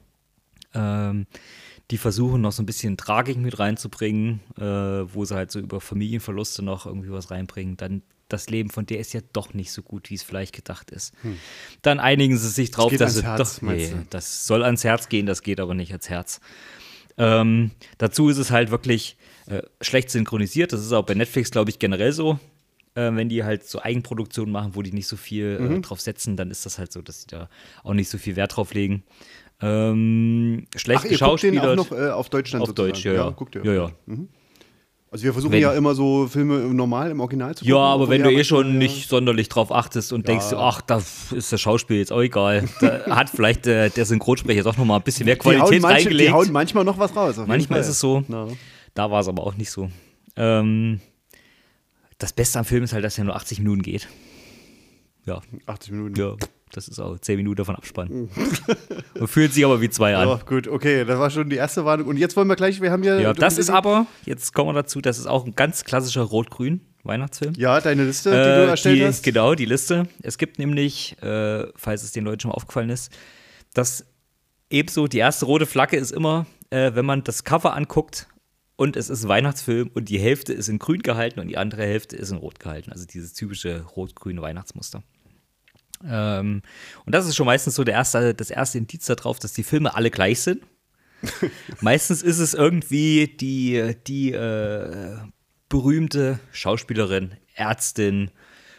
Speaker 2: Ähm, die versuchen noch so ein bisschen Tragik mit reinzubringen, äh, wo sie halt so über Familienverluste noch irgendwie was reinbringen. Dann das Leben von der ist ja doch nicht so gut, wie es vielleicht gedacht ist. Hm. Dann einigen sie sich drauf,
Speaker 1: geht
Speaker 2: dass
Speaker 1: ans
Speaker 2: sie
Speaker 1: Herz,
Speaker 2: doch,
Speaker 1: meinst
Speaker 2: nee,
Speaker 1: du?
Speaker 2: das soll ans Herz gehen, das geht aber nicht ans Herz. Ähm, dazu ist es halt wirklich äh, schlecht synchronisiert. Das ist auch bei Netflix, glaube ich, generell so. Äh, wenn die halt so Eigenproduktionen machen, wo die nicht so viel
Speaker 1: Mhm.
Speaker 2: äh, drauf setzen, dann ist das halt so, dass sie da auch nicht so viel Wert drauf legen. Ähm, schlecht
Speaker 1: Ach, ihr guckt den auch
Speaker 2: geschauspielert.
Speaker 1: noch äh, auf Deutsch dann
Speaker 2: Auf
Speaker 1: sozusagen?
Speaker 2: Deutsch, ja, ja.
Speaker 1: guckt ihr.
Speaker 2: Ja, ja.
Speaker 1: Mhm. Also wir versuchen
Speaker 2: Wenn-
Speaker 1: ja immer so Filme normal im Original zu gucken.
Speaker 2: Ja, aber
Speaker 1: obwohl
Speaker 2: wenn
Speaker 1: ja
Speaker 2: du eh
Speaker 1: manchmal,
Speaker 2: schon
Speaker 1: ja,
Speaker 2: nicht sonderlich drauf achtest und denkst, ach, da ist das Schauspiel jetzt auch egal. Da hat vielleicht äh, der Synchronsprecher doch noch mal ein bisschen mehr
Speaker 1: Die hauen,
Speaker 2: Qualität
Speaker 1: manche,
Speaker 2: reingelegt.
Speaker 1: die hauen manchmal noch was raus. auf jeden
Speaker 2: Manchmal
Speaker 1: Fall.
Speaker 2: ist es so.
Speaker 1: Na.
Speaker 2: Da war es aber auch nicht so. Ähm, das Beste am Film ist halt, dass er nur achtzig Minuten geht. Ja,
Speaker 1: achtzig Minuten.
Speaker 2: ja, das ist auch zehn Minuten davon abspannen. Und fühlt sich aber wie zwei an.
Speaker 1: Ja, gut, okay, das war schon die erste Warnung. Und jetzt wollen wir gleich, wir haben ja...
Speaker 2: Ja,
Speaker 1: du-
Speaker 2: das ist aber, jetzt kommen wir dazu, das ist auch ein ganz klassischer Rot-Grün Weihnachtsfilm.
Speaker 1: Ja, deine Liste, die
Speaker 2: Äh,
Speaker 1: du erstellt
Speaker 2: die,
Speaker 1: hast.
Speaker 2: Genau, die Liste. Es gibt nämlich, äh, falls es den Leuten schon mal aufgefallen ist, dass ebenso die erste rote Flagge ist immer, äh, wenn man das Cover anguckt und es ist ein Weihnachtsfilm und die Hälfte ist in grün gehalten und die andere Hälfte ist in rot gehalten. Also dieses typische rot-grüne Weihnachtsmuster. Ähm, und das ist schon meistens so der erste, das erste Indiz darauf, dass die Filme alle gleich sind. Meistens ist es irgendwie die, die äh, berühmte Schauspielerin, Ärztin,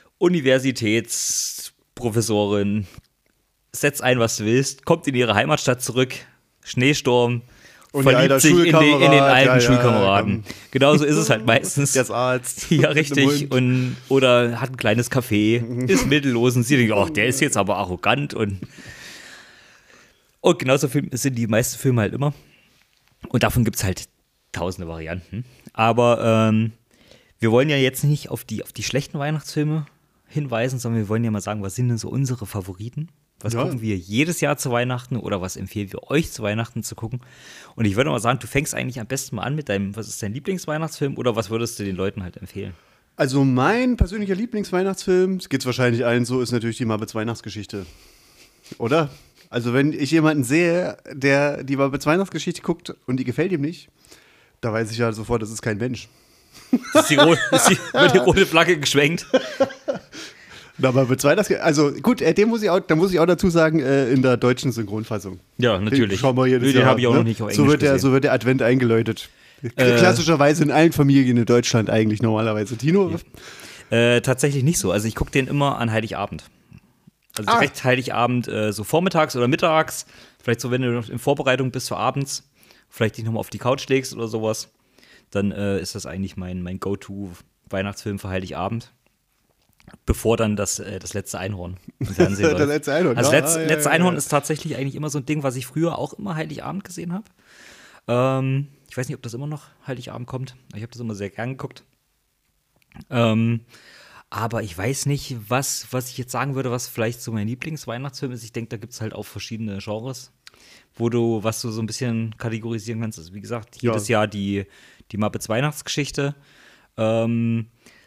Speaker 2: Universitätsprofessorin, setz ein, was du willst, kommt in ihre Heimatstadt zurück, Schneesturm,
Speaker 1: Und
Speaker 2: verliebt sich in, die, in den alten
Speaker 1: ja, ja,
Speaker 2: Schulkameraden.
Speaker 1: ja,
Speaker 2: Genauso ist es halt meistens.
Speaker 1: Der ist Arzt.
Speaker 2: Ja, richtig. Und, oder hat ein kleines Café, ist mittellos und sie denkt, ach, der ist jetzt aber arrogant. Und, und genauso sind die meisten Filme halt immer. Und davon gibt es halt tausende Varianten. Aber ähm, wir wollen ja jetzt nicht auf die, auf die schlechten Weihnachtsfilme hinweisen, sondern wir wollen ja mal sagen, was sind denn so unsere Favoriten? Was
Speaker 1: Ja.
Speaker 2: gucken wir jedes Jahr zu Weihnachten oder was empfehlen wir euch zu Weihnachten zu gucken? Und ich würde mal sagen, du fängst eigentlich am besten mal an mit deinem, was ist dein Lieblingsweihnachtsfilm oder was würdest du den Leuten halt empfehlen?
Speaker 1: Also mein persönlicher Lieblingsweihnachtsfilm, es geht's wahrscheinlich allen so, ist natürlich die Muppets Weihnachtsgeschichte. Oder? Also wenn ich jemanden sehe, der die Muppets Weihnachtsgeschichte guckt und die gefällt ihm nicht, da weiß ich ja sofort, das ist kein Mensch.
Speaker 2: Ist die, rote, ist die, wird die rote Flagge geschwenkt?
Speaker 1: Na, Muppets Weihnachtsgeschichte, also gut, äh, dem muss ich auch, da muss ich auch dazu sagen, äh, in der deutschen Synchronfassung.
Speaker 2: Ja, natürlich.
Speaker 1: Den schauen wir jedes
Speaker 2: Den
Speaker 1: Jahr,
Speaker 2: habe ich auch
Speaker 1: ne?
Speaker 2: noch nicht auf
Speaker 1: so
Speaker 2: Englisch
Speaker 1: wird der,
Speaker 2: gesehen.
Speaker 1: So wird der Advent eingeläutet. Klassischerweise in allen Familien in Deutschland eigentlich normalerweise. Tino?
Speaker 2: Äh, tatsächlich nicht so. Also ich gucke den immer an Heiligabend. Also
Speaker 1: Ah.
Speaker 2: direkt Heiligabend, äh, so vormittags oder mittags. Vielleicht so, wenn du noch in Vorbereitung bist für abends. Vielleicht dich nochmal auf die Couch legst oder sowas. Dann äh, ist das eigentlich mein, mein Go-To-Weihnachtsfilm für Heiligabend. Bevor dann das, äh, das letzte Einhorn im Fernsehen läuft.
Speaker 1: Das letzte Einhorn,
Speaker 2: Also
Speaker 1: ja,
Speaker 2: letz,
Speaker 1: ja, ja,
Speaker 2: letzte
Speaker 1: ja.
Speaker 2: Einhorn ist tatsächlich eigentlich immer so ein Ding, was ich früher auch immer Heiligabend gesehen habe. Ähm, ich weiß nicht, ob das immer noch Heiligabend kommt. Ich habe das immer sehr gern geguckt. Ähm, aber ich weiß nicht, was, was ich jetzt sagen würde, was vielleicht so mein Lieblingsweihnachtsfilm ist. Ich denke, da gibt es halt auch verschiedene Genres, wo du, was du so ein bisschen kategorisieren kannst. Also wie gesagt, jedes
Speaker 1: Ja.
Speaker 2: Jahr die, die Muppets Weihnachtsgeschichte. Ähm,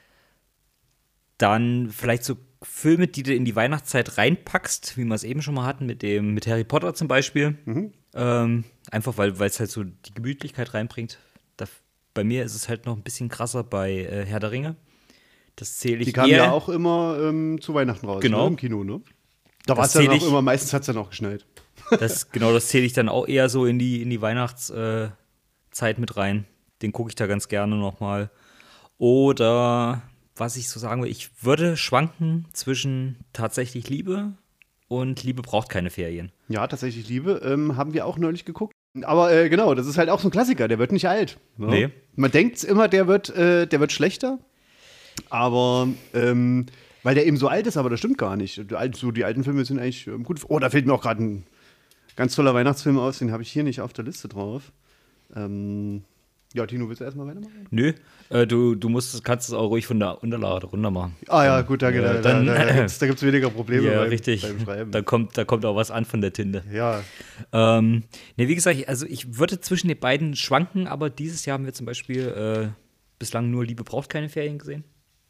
Speaker 2: dann vielleicht so Filme, die du in die Weihnachtszeit reinpackst, wie wir es eben schon mal hatten, mit dem, mit Harry Potter zum Beispiel. Ähm, einfach weil es halt so die Gemütlichkeit reinbringt. Da, bei mir ist es halt noch ein bisschen krasser bei äh, Herr der Ringe. Das zähle ich
Speaker 1: Die kamen
Speaker 2: eher.
Speaker 1: ja auch immer ähm, zu Weihnachten raus,
Speaker 2: Genau.
Speaker 1: ne, im Kino, ne? Da
Speaker 2: Das
Speaker 1: war es dann
Speaker 2: zähl
Speaker 1: auch
Speaker 2: ich-
Speaker 1: immer, meistens hat es dann auch geschneit.
Speaker 2: Das, genau, das zähle ich dann auch eher so in die, in die Weihnachtszeit äh, mit rein. Den gucke ich da ganz gerne nochmal. Oder was ich so sagen will, ich würde schwanken zwischen tatsächlich Liebe und Liebe braucht keine Ferien.
Speaker 1: Ja, tatsächlich Liebe, ähm, haben wir auch neulich geguckt. Aber äh, genau, das ist halt auch so ein Klassiker, der wird nicht alt. Ne?
Speaker 2: Nee.
Speaker 1: Man denkt immer, der wird, äh, der wird schlechter, aber ähm, weil der eben so alt ist, aber das stimmt gar nicht. Die alten, so, die alten Filme sind eigentlich ähm, gut. Oh, da fällt mir auch gerade ein ganz toller Weihnachtsfilm aus, den habe ich hier nicht auf der Liste drauf. Ähm, ja, Tino, willst du erstmal weitermachen?
Speaker 2: Nö, äh, du, du musst, kannst es auch ruhig von der Unterlage runter machen.
Speaker 1: Ah ja, gut, danke.
Speaker 2: Ja,
Speaker 1: da
Speaker 2: dann-
Speaker 1: da, da, da gibt es weniger Probleme
Speaker 2: Ja,
Speaker 1: beim,
Speaker 2: richtig.
Speaker 1: beim Schreiben.
Speaker 2: Da kommt, da kommt auch was an von der Tinte.
Speaker 1: Ja,
Speaker 2: Ähm, ne, wie gesagt, also ich würde zwischen den beiden schwanken, aber dieses Jahr haben wir zum Beispiel äh, bislang nur Liebe braucht keine Ferien gesehen.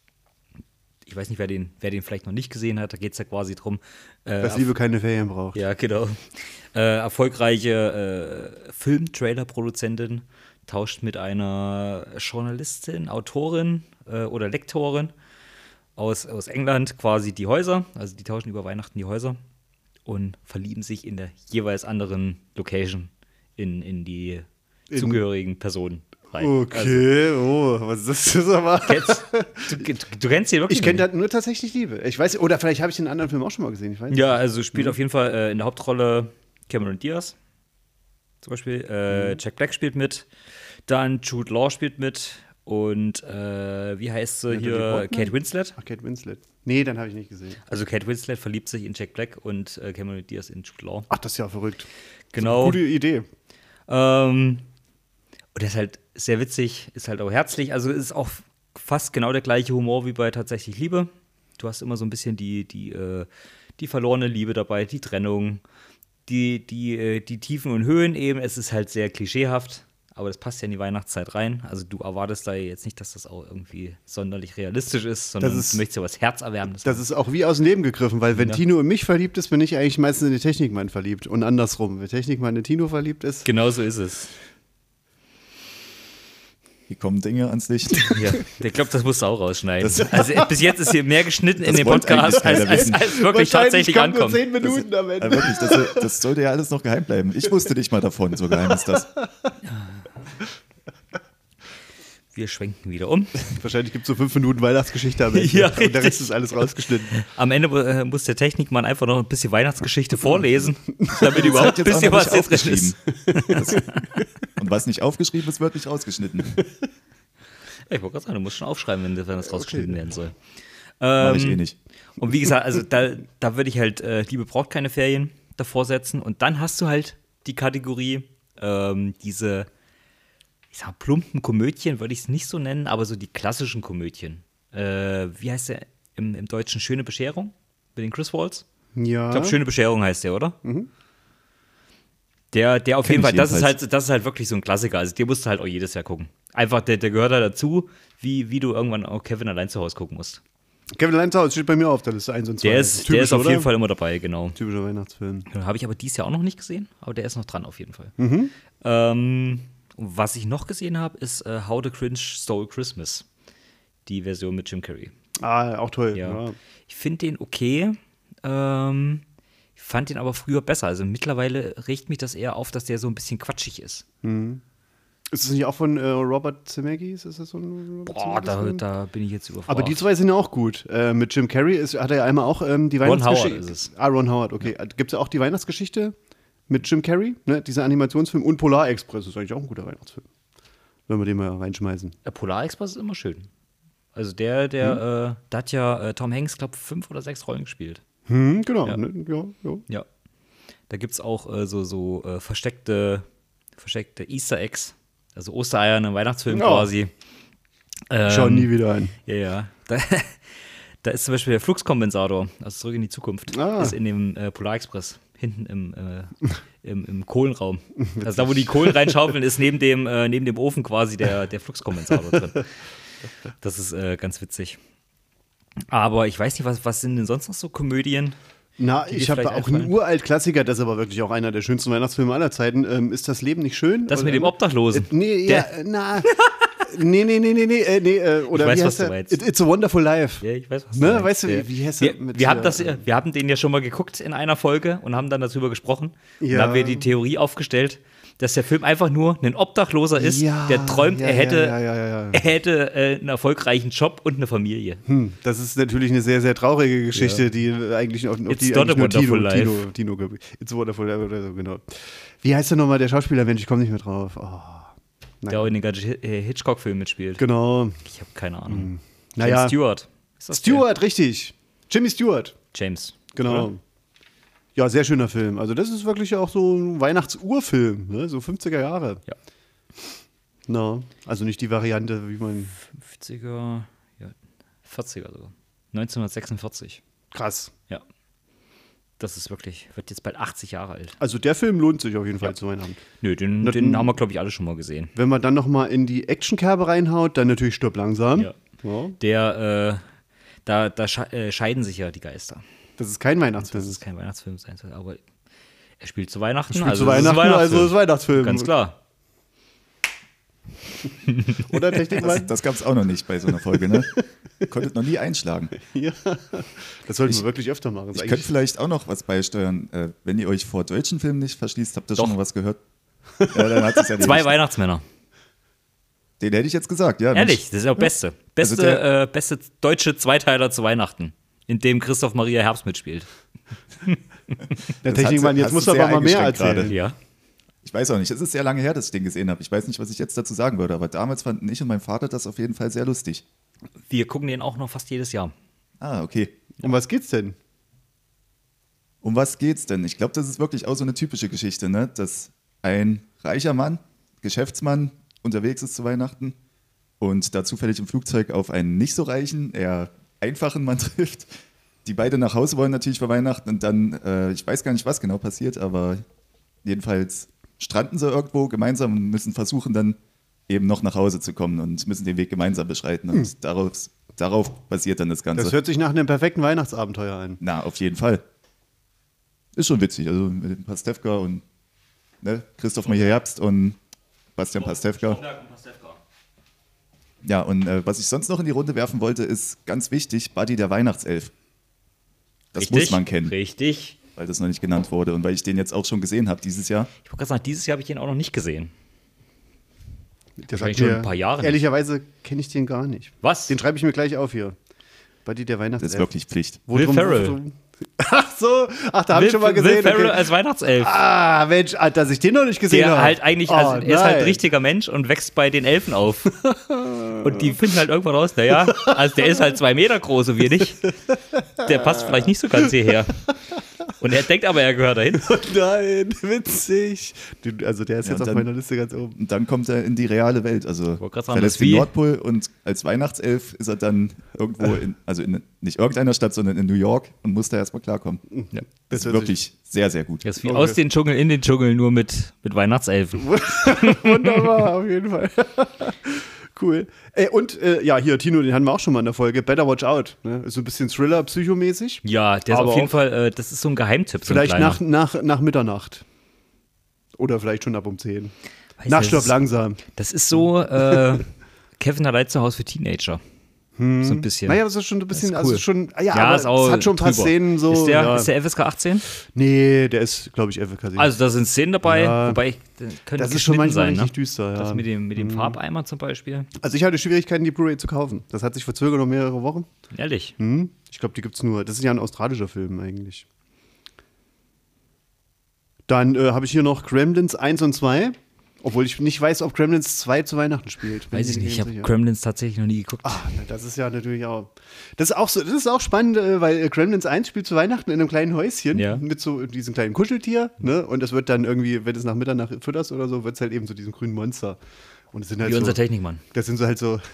Speaker 2: Ich weiß nicht, wer den, wer den vielleicht noch nicht gesehen hat, da geht es ja quasi drum. Äh,
Speaker 1: dass Liebe keine Ferien braucht.
Speaker 2: Ja, genau. Äh, erfolgreiche äh, Film-Trailer-Produzentin tauscht mit einer Journalistin, Autorin äh, oder Lektorin aus, aus England quasi die Häuser. Also die tauschen über Weihnachten die Häuser und verlieben sich in der jeweils anderen Location in, in die
Speaker 1: In-
Speaker 2: zugehörigen Personen rein.
Speaker 1: Okay, oh, was ist das jetzt aber?
Speaker 2: Kennst, du, du, du kennst den wirklich?
Speaker 1: Ich kenne
Speaker 2: nicht?
Speaker 1: da nur tatsächlich Liebe. Ich weiß, oder vielleicht habe ich den anderen Film auch schon mal gesehen. Ich weiß
Speaker 2: Ja,
Speaker 1: nicht.
Speaker 2: also spielt auf jeden Fall äh, in der Hauptrolle Cameron Diaz zum Beispiel. Äh, Jack Black spielt mit. Dann Jude Law spielt mit. Und äh, wie heißt sie
Speaker 1: Natalie
Speaker 2: hier?
Speaker 1: Portman?
Speaker 2: Kate Winslet.
Speaker 1: Ach, Kate Winslet. Nee, dann habe ich nicht gesehen.
Speaker 2: Also Kate Winslet verliebt sich in Jack Black und äh, Cameron Diaz in Jude Law.
Speaker 1: Ach, das ist ja verrückt.
Speaker 2: Genau.
Speaker 1: Gute Idee.
Speaker 2: Ähm, und der ist halt sehr witzig, ist halt auch herzlich. Also ist auch fast genau der gleiche Humor wie bei Tatsächlich Liebe. Du hast immer so ein bisschen die, die, äh, die verlorene Liebe dabei, die Trennung, die, die, äh, die Tiefen und Höhen eben. Es ist halt sehr klischeehaft, aber das passt ja in die Weihnachtszeit rein. Also du erwartest da jetzt nicht, dass das auch irgendwie sonderlich realistisch ist, sondern
Speaker 1: Das ist-
Speaker 2: du möchtest ja was Herzerwärmendes.
Speaker 1: Das ist auch wie aus dem Leben gegriffen, weil wenn
Speaker 2: Ja.
Speaker 1: Tino in mich verliebt ist, bin ich eigentlich meistens in den Technikmann verliebt. Und andersrum, wenn Technikmann in Tino verliebt ist.
Speaker 2: Genau so ist es.
Speaker 3: Hier kommen Dinge ans Licht.
Speaker 2: Ja, ich glaube, das musst du auch rausschneiden.
Speaker 3: Das-
Speaker 2: also bis jetzt ist hier mehr geschnitten in
Speaker 3: Das
Speaker 2: dem
Speaker 3: wollte
Speaker 2: Podcast,
Speaker 3: eigentlich
Speaker 2: als,
Speaker 3: keiner
Speaker 2: als,
Speaker 3: wissen.
Speaker 2: als wirklich
Speaker 1: Wahrscheinlich
Speaker 2: tatsächlich
Speaker 1: kommt nur
Speaker 2: ankommt.
Speaker 1: zehn Minuten am
Speaker 3: Ja,
Speaker 1: Ende.
Speaker 3: wirklich, das, das sollte ja alles noch geheim bleiben. Ich wusste nicht mal davon, so geheim ist das.
Speaker 2: Wir schwenken wieder um.
Speaker 1: Wahrscheinlich gibt es so fünf Minuten Weihnachtsgeschichte am Ende.
Speaker 2: Ja,
Speaker 1: und der
Speaker 2: richtig.
Speaker 1: Rest ist alles rausgeschnitten.
Speaker 2: Am Ende äh, muss der Technikmann einfach noch ein bisschen Weihnachtsgeschichte vorlesen, damit überhaupt ein
Speaker 3: Das
Speaker 2: bisschen
Speaker 3: hat
Speaker 2: was
Speaker 3: jetzt
Speaker 2: hier
Speaker 3: auch
Speaker 2: drin ist.
Speaker 3: noch nicht aufgeschrieben. Das, und was nicht aufgeschrieben ist, wird nicht rausgeschnitten.
Speaker 2: Ich wollte gerade sagen, du musst schon aufschreiben, wenn, wenn das rausgeschnitten werden soll.
Speaker 3: Mach ich
Speaker 2: Ähm,
Speaker 3: eh nicht.
Speaker 2: Und wie gesagt, also da, da würde ich halt äh, Liebe braucht keine Ferien davor setzen. Und dann hast du halt die Kategorie, ähm, diese, ich sag plumpen Komödien, würde ich es nicht so nennen, aber so die klassischen Komödien. Äh, wie heißt der im, im Deutschen? Schöne Bescherung? Mit den Chris Waltz?
Speaker 1: Ja.
Speaker 2: Ich glaube, Schöne Bescherung heißt der, oder? Der, der auf
Speaker 3: Kenn
Speaker 2: jeden
Speaker 3: ich
Speaker 2: Fall, das ist,
Speaker 3: jedenfalls.
Speaker 2: halt, das ist halt wirklich so ein Klassiker. Also, den musst du halt auch jedes Jahr gucken. Einfach, der, der gehört da dazu, wie, wie du irgendwann auch Kevin allein zu Hause gucken musst.
Speaker 1: Kevin Allein zu Hause steht bei mir auf der Liste eins und zwei.
Speaker 2: Der ist,
Speaker 1: Typisch,
Speaker 2: der ist auf
Speaker 1: oder?
Speaker 2: jeden Fall immer dabei, genau.
Speaker 1: Typischer Weihnachtsfilm.
Speaker 2: Habe ich aber dieses Jahr auch noch nicht gesehen, aber der ist noch dran auf jeden Fall.
Speaker 1: Mhm.
Speaker 2: Ähm, was ich noch gesehen habe, ist äh, How the Grinch Stole Christmas. Die Version mit Jim Carrey.
Speaker 1: Ah, auch toll.
Speaker 2: Ja.
Speaker 1: Ja.
Speaker 2: Ich finde den okay. Ähm, ich fand den aber früher besser. Also mittlerweile regt mich das eher auf, dass der so ein bisschen quatschig ist.
Speaker 1: Ist es nicht auch von äh, Robert Zemeckis? Ist das so ein Robert
Speaker 2: Boah, da,
Speaker 1: Zemeckis-Film?
Speaker 2: da bin ich jetzt überfragt.
Speaker 1: Aber die zwei sind ja auch gut. Äh, mit Jim Carrey ist, hat er ja einmal auch ähm, die
Speaker 2: Ron
Speaker 1: Weihnachtsgeschichte.
Speaker 2: Howard ist es.
Speaker 1: Ah, Ron Howard, okay. Gibt es ja auch die Weihnachtsgeschichte mit Jim Carrey, ne? Dieser Animationsfilm und Polar Express ist eigentlich auch ein guter Weihnachtsfilm. Wenn wir den mal reinschmeißen.
Speaker 2: Der Polar Express ist immer schön. Also der, der, äh, da hat ja äh, Tom Hanks, glaube ich, fünf oder sechs Rollen gespielt.
Speaker 1: Hm, genau.
Speaker 2: Ja.
Speaker 1: Ne? Ja, ja.
Speaker 2: Ja. Da gibt es auch äh, so, so äh, versteckte, versteckte Easter Eggs, also Ostereier in einem Weihnachtsfilm
Speaker 1: Ja.
Speaker 2: quasi. Ähm,
Speaker 1: Schau nie wieder ein.
Speaker 2: Ja, ja. Da, da ist zum Beispiel der Fluxkompensator, also zurück in die Zukunft,
Speaker 1: Ah.
Speaker 2: ist in dem äh, Polar Express, hinten im, äh, im, im Kohlenraum. Also da, wo die Kohlen reinschaufeln, ist neben dem, äh, neben dem Ofen quasi der, der Fluxkompensator drin. Das ist äh, ganz witzig. Aber ich weiß nicht, was, was sind denn sonst noch so Komödien?
Speaker 1: Na,
Speaker 2: die
Speaker 1: ich
Speaker 2: dir
Speaker 1: habe
Speaker 2: vielleicht
Speaker 1: auch einen
Speaker 2: einfallen?
Speaker 1: uralt Klassiker, das ist aber wirklich auch einer der schönsten Weihnachtsfilme aller Zeiten. Ähm, ist das Leben nicht schön?
Speaker 2: Das
Speaker 1: Oder-
Speaker 2: mit dem Obdachlosen.
Speaker 1: Äh, nee, ja,
Speaker 2: Der-
Speaker 1: äh, na. nee, nee, nee, nee, nee, äh, nee äh, oder
Speaker 2: Ich weiß,
Speaker 1: wie
Speaker 2: was
Speaker 1: heißt
Speaker 2: du
Speaker 1: der?
Speaker 2: meinst.
Speaker 1: It, It's a Wonderful Life.
Speaker 2: Ja, ich weiß, was
Speaker 1: Ne,
Speaker 2: du meinst.
Speaker 1: weißt du,
Speaker 2: Ja.
Speaker 1: wie- wie heißt der
Speaker 2: wir,
Speaker 1: mit
Speaker 2: wir, haben
Speaker 1: hier,
Speaker 2: das,
Speaker 1: äh,
Speaker 2: wir haben den ja schon mal geguckt in einer Folge und haben dann darüber gesprochen. Und
Speaker 1: Ja.
Speaker 2: da haben wir die Theorie aufgestellt, dass der Film einfach nur ein Obdachloser ist,
Speaker 1: Ja,
Speaker 2: der träumt,
Speaker 1: ja,
Speaker 2: er hätte,
Speaker 1: ja, ja, ja, ja.
Speaker 2: Er hätte äh, einen erfolgreichen Job und eine Familie.
Speaker 1: Hm, das ist natürlich eine sehr, sehr traurige Geschichte, die eigentlich auf, auf
Speaker 2: It's
Speaker 1: die
Speaker 2: not
Speaker 1: eigentlich
Speaker 2: a
Speaker 1: nur Tino,
Speaker 2: wonderful life.
Speaker 1: Tino, Tino, Tino It's a Wonderful Life oder so, genau. Wie heißt der nochmal, der Schauspieler? Mensch, ich komme nicht mehr drauf. Oh,
Speaker 2: Der auch in den ganzen Hi- äh, Hitchcock-Filmen mitspielt.
Speaker 1: genau.
Speaker 2: Ich habe keine Ahnung.
Speaker 1: Naja.
Speaker 2: James Stewart. Ist das
Speaker 1: Stewart, richtig. Jimmy Stewart.
Speaker 2: der? James.
Speaker 1: Genau.
Speaker 2: Oder?
Speaker 1: Ja, sehr schöner Film. Also das ist wirklich auch so ein Weihnachtsurfilm, ne? So fünfziger Jahre.
Speaker 2: Ja.
Speaker 1: Na, also nicht die Variante, wie man...
Speaker 2: fünfziger, ja, vierziger sogar. neunzehnhundertsechsundvierzig.
Speaker 1: Krass.
Speaker 2: Ja. Das ist wirklich, wird jetzt bald achtzig Jahre alt.
Speaker 1: Also der Film lohnt sich auf jeden Fall
Speaker 2: Ja.
Speaker 1: zu Weihnachten.
Speaker 2: Nö, den,
Speaker 1: Na,
Speaker 2: den
Speaker 1: dann-
Speaker 2: haben wir, glaube ich, alle schon mal gesehen.
Speaker 1: Wenn man dann noch mal in die Actionkerbe reinhaut, dann natürlich Stirb langsam.
Speaker 2: Ja.
Speaker 1: Ja.
Speaker 2: Der, äh, da, da sche äh, scheiden sich ja die Geister.
Speaker 1: Das ist kein Weihnachtsfilm.
Speaker 2: Das ist kein Weihnachtsfilm sein soll, aber er spielt zu Weihnachten.
Speaker 1: Spielt
Speaker 2: also
Speaker 1: zu
Speaker 2: es ist ein
Speaker 1: Weihnachten, also ist Weihnachtsfilm.
Speaker 2: Ganz klar.
Speaker 1: Oder Technik?
Speaker 3: Das, das gab es auch noch nicht bei so einer Folge, ne? Konntet noch nie einschlagen.
Speaker 1: Ja. Das sollten wir wirklich öfter machen. Das ist
Speaker 3: Ich könnte
Speaker 1: eigentlich-
Speaker 3: vielleicht auch noch was beisteuern. Äh, wenn ihr euch vor deutschen Filmen nicht verschließt, habt ihr
Speaker 2: Doch.
Speaker 3: schon mal was gehört? Ja, dann hat es ja
Speaker 2: Zwei Weihnachtsmänner.
Speaker 3: Den hätte ich jetzt gesagt, ja.
Speaker 2: Ehrlich, das ist ja beste. Beste,
Speaker 3: Also der-
Speaker 2: äh, beste deutsche Zweiteiler zu Weihnachten, in dem Christoph Maria Herbst mitspielt.
Speaker 1: Der
Speaker 3: Das
Speaker 1: Technikmann,
Speaker 3: hast du-
Speaker 1: jetzt
Speaker 3: hast
Speaker 1: muss
Speaker 3: du
Speaker 1: er
Speaker 3: sehr
Speaker 1: aber mal mehr
Speaker 3: eingeschränkt
Speaker 1: erzählen.
Speaker 3: gerade.
Speaker 2: Ja.
Speaker 3: Ich weiß auch nicht, es ist sehr lange her, dass ich den gesehen habe. Ich weiß nicht, was ich jetzt dazu sagen würde, aber damals fanden ich und mein Vater das auf jeden Fall sehr lustig.
Speaker 2: Wir gucken den auch noch fast jedes Jahr.
Speaker 3: Ah, okay.
Speaker 1: Um was geht's denn?
Speaker 3: Um was geht's denn? Ich glaube, das ist wirklich auch so eine typische Geschichte, ne? Dass ein reicher Mann, Geschäftsmann, unterwegs ist zu Weihnachten und da zufällig im Flugzeug auf einen nicht so reichen, eher einfachen Mann trifft. Die beide nach Hause wollen natürlich vor Weihnachten und dann, äh, ich weiß gar nicht, was genau passiert, aber jedenfalls stranden sie irgendwo gemeinsam und müssen versuchen dann eben noch nach Hause zu kommen und müssen den Weg gemeinsam beschreiten und
Speaker 1: Hm.
Speaker 3: darauf, darauf basiert dann das Ganze.
Speaker 1: Das hört sich nach einem perfekten Weihnachtsabenteuer an.
Speaker 3: Na, auf jeden Fall. Ist schon witzig. Also mit dem Pastewka und ne, Christoph Maria Herbst und Bastian Pastewka. Ja, und äh, was ich sonst noch in die Runde werfen wollte, ist ganz wichtig, Buddy der Weihnachtself. Das
Speaker 2: Richtig,
Speaker 3: muss man kennen,
Speaker 2: Richtig.
Speaker 3: weil das noch nicht genannt wurde und weil ich den jetzt auch schon gesehen habe dieses Jahr.
Speaker 2: Ich wollte gerade sagen, dieses Jahr habe ich den auch noch nicht gesehen.
Speaker 1: Der
Speaker 2: Wahrscheinlich
Speaker 1: sagt
Speaker 2: schon
Speaker 1: mir-
Speaker 2: ein paar Jahre nicht.
Speaker 1: Ehrlicherweise kenne ich den gar nicht.
Speaker 2: Was?
Speaker 1: Den schreibe ich mir gleich auf hier. Buddy der
Speaker 3: Das
Speaker 1: Weihnachtself.
Speaker 3: ist wirklich Pflicht.
Speaker 2: Will
Speaker 1: Worum-
Speaker 2: Ferrell.
Speaker 1: worum- Ach so, ach, da habe ich schon mal
Speaker 2: Will
Speaker 1: gesehen.
Speaker 2: Ferrell
Speaker 1: Okay.
Speaker 2: als Weihnachtself.
Speaker 1: Ah, Mensch, ah, dass ich den noch nicht gesehen habe.
Speaker 2: Der halt eigentlich,
Speaker 1: Oh,
Speaker 2: also er ist halt ein
Speaker 1: nein.
Speaker 2: richtiger Mensch und wächst bei den Elfen auf. Und die finden halt irgendwann raus, naja, also der ist halt zwei Meter groß und wir nicht. Der passt vielleicht nicht so ganz hierher. Und er denkt aber, er gehört dahin.
Speaker 1: Nein, witzig. Du, also der ist
Speaker 3: Ja,
Speaker 1: jetzt auf
Speaker 3: dann-
Speaker 1: meiner Liste ganz oben.
Speaker 3: Und dann kommt er in die reale Welt. Also
Speaker 2: wollte gerade sagen,
Speaker 3: verlässt
Speaker 2: das
Speaker 3: den
Speaker 2: wie-
Speaker 3: Nordpol und als Weihnachtself ist er dann irgendwo in, also in nicht irgendeiner Stadt, sondern in New York und muss da erstmal klarkommen.
Speaker 2: Ja.
Speaker 3: Das
Speaker 1: Das
Speaker 3: ist
Speaker 1: hört
Speaker 3: wirklich sehr, sehr gut.
Speaker 2: Das ist wie
Speaker 1: Okay.
Speaker 2: aus den Dschungel in den Dschungel, nur mit, mit Weihnachtselfen.
Speaker 1: Wunderbar, auf jeden Fall. Cool. Äh, und äh, ja, hier, Tino, den hatten wir auch schon mal in der Folge. Better Watch Out. Ne? Ist so ein bisschen Thriller, psychomäßig.
Speaker 2: Ja, der ist
Speaker 1: Aber
Speaker 2: auf jeden
Speaker 1: auch-
Speaker 2: Fall, äh, das ist so ein Geheimtipp. So ein
Speaker 1: Vielleicht
Speaker 2: kleiner.
Speaker 1: nach, nach, nach Mitternacht. Oder vielleicht schon ab um zehn.
Speaker 2: Weiß
Speaker 1: Nach
Speaker 2: nicht,
Speaker 1: Stirb
Speaker 2: das ist-
Speaker 1: langsam.
Speaker 2: Das ist so äh, Kevin allein zu Hause für Teenager. So ein bisschen.
Speaker 1: Naja, das ist schon ein bisschen,
Speaker 2: Das ist cool.
Speaker 1: also schon, ja,
Speaker 2: Ja,
Speaker 1: aber
Speaker 2: ist auch
Speaker 1: es hat schon ein paar
Speaker 2: drüber.
Speaker 1: Szenen so.
Speaker 2: ist, der,
Speaker 1: ja.
Speaker 2: ist der F S K achtzehn?
Speaker 1: Nee, der ist, glaube ich, F K sieben.
Speaker 2: Also da sind Szenen dabei,
Speaker 1: Ja.
Speaker 2: wobei ich, das könnte
Speaker 1: das ist schon
Speaker 2: geschnitten
Speaker 1: manchmal
Speaker 2: sein,
Speaker 1: richtig
Speaker 2: ne?
Speaker 1: düster, ja.
Speaker 2: Das mit dem, mit dem Farbeimer zum Beispiel.
Speaker 1: Also ich hatte Schwierigkeiten, die Blu-ray zu kaufen. Das hat sich verzögert um mehrere Wochen.
Speaker 2: Ehrlich.
Speaker 1: Hm? Ich glaube, die gibt es nur. Das ist ja ein australischer Film eigentlich. Dann äh, habe ich hier noch Gremlins eins und zwei. Obwohl ich nicht weiß, ob Gremlins zwei zu Weihnachten spielt. Bin
Speaker 2: Weiß ich
Speaker 1: mir
Speaker 2: nicht, ich habe
Speaker 1: sicher.
Speaker 2: Gremlins tatsächlich noch nie geguckt.
Speaker 1: Ah, na, das ist ja natürlich auch. Das ist auch so, das ist auch spannend, äh, weil äh, Gremlins eins spielt zu Weihnachten in einem kleinen Häuschen
Speaker 2: Ja.
Speaker 1: mit so diesem kleinen Kuscheltier, ne? Und das wird dann irgendwie, wenn du es nach Mitternacht fütterst oder so, wird es halt eben zu diesem grünen Monster. Und es sind halt
Speaker 2: Wie
Speaker 1: so,
Speaker 2: unser Technikmann.
Speaker 1: das sind so halt so.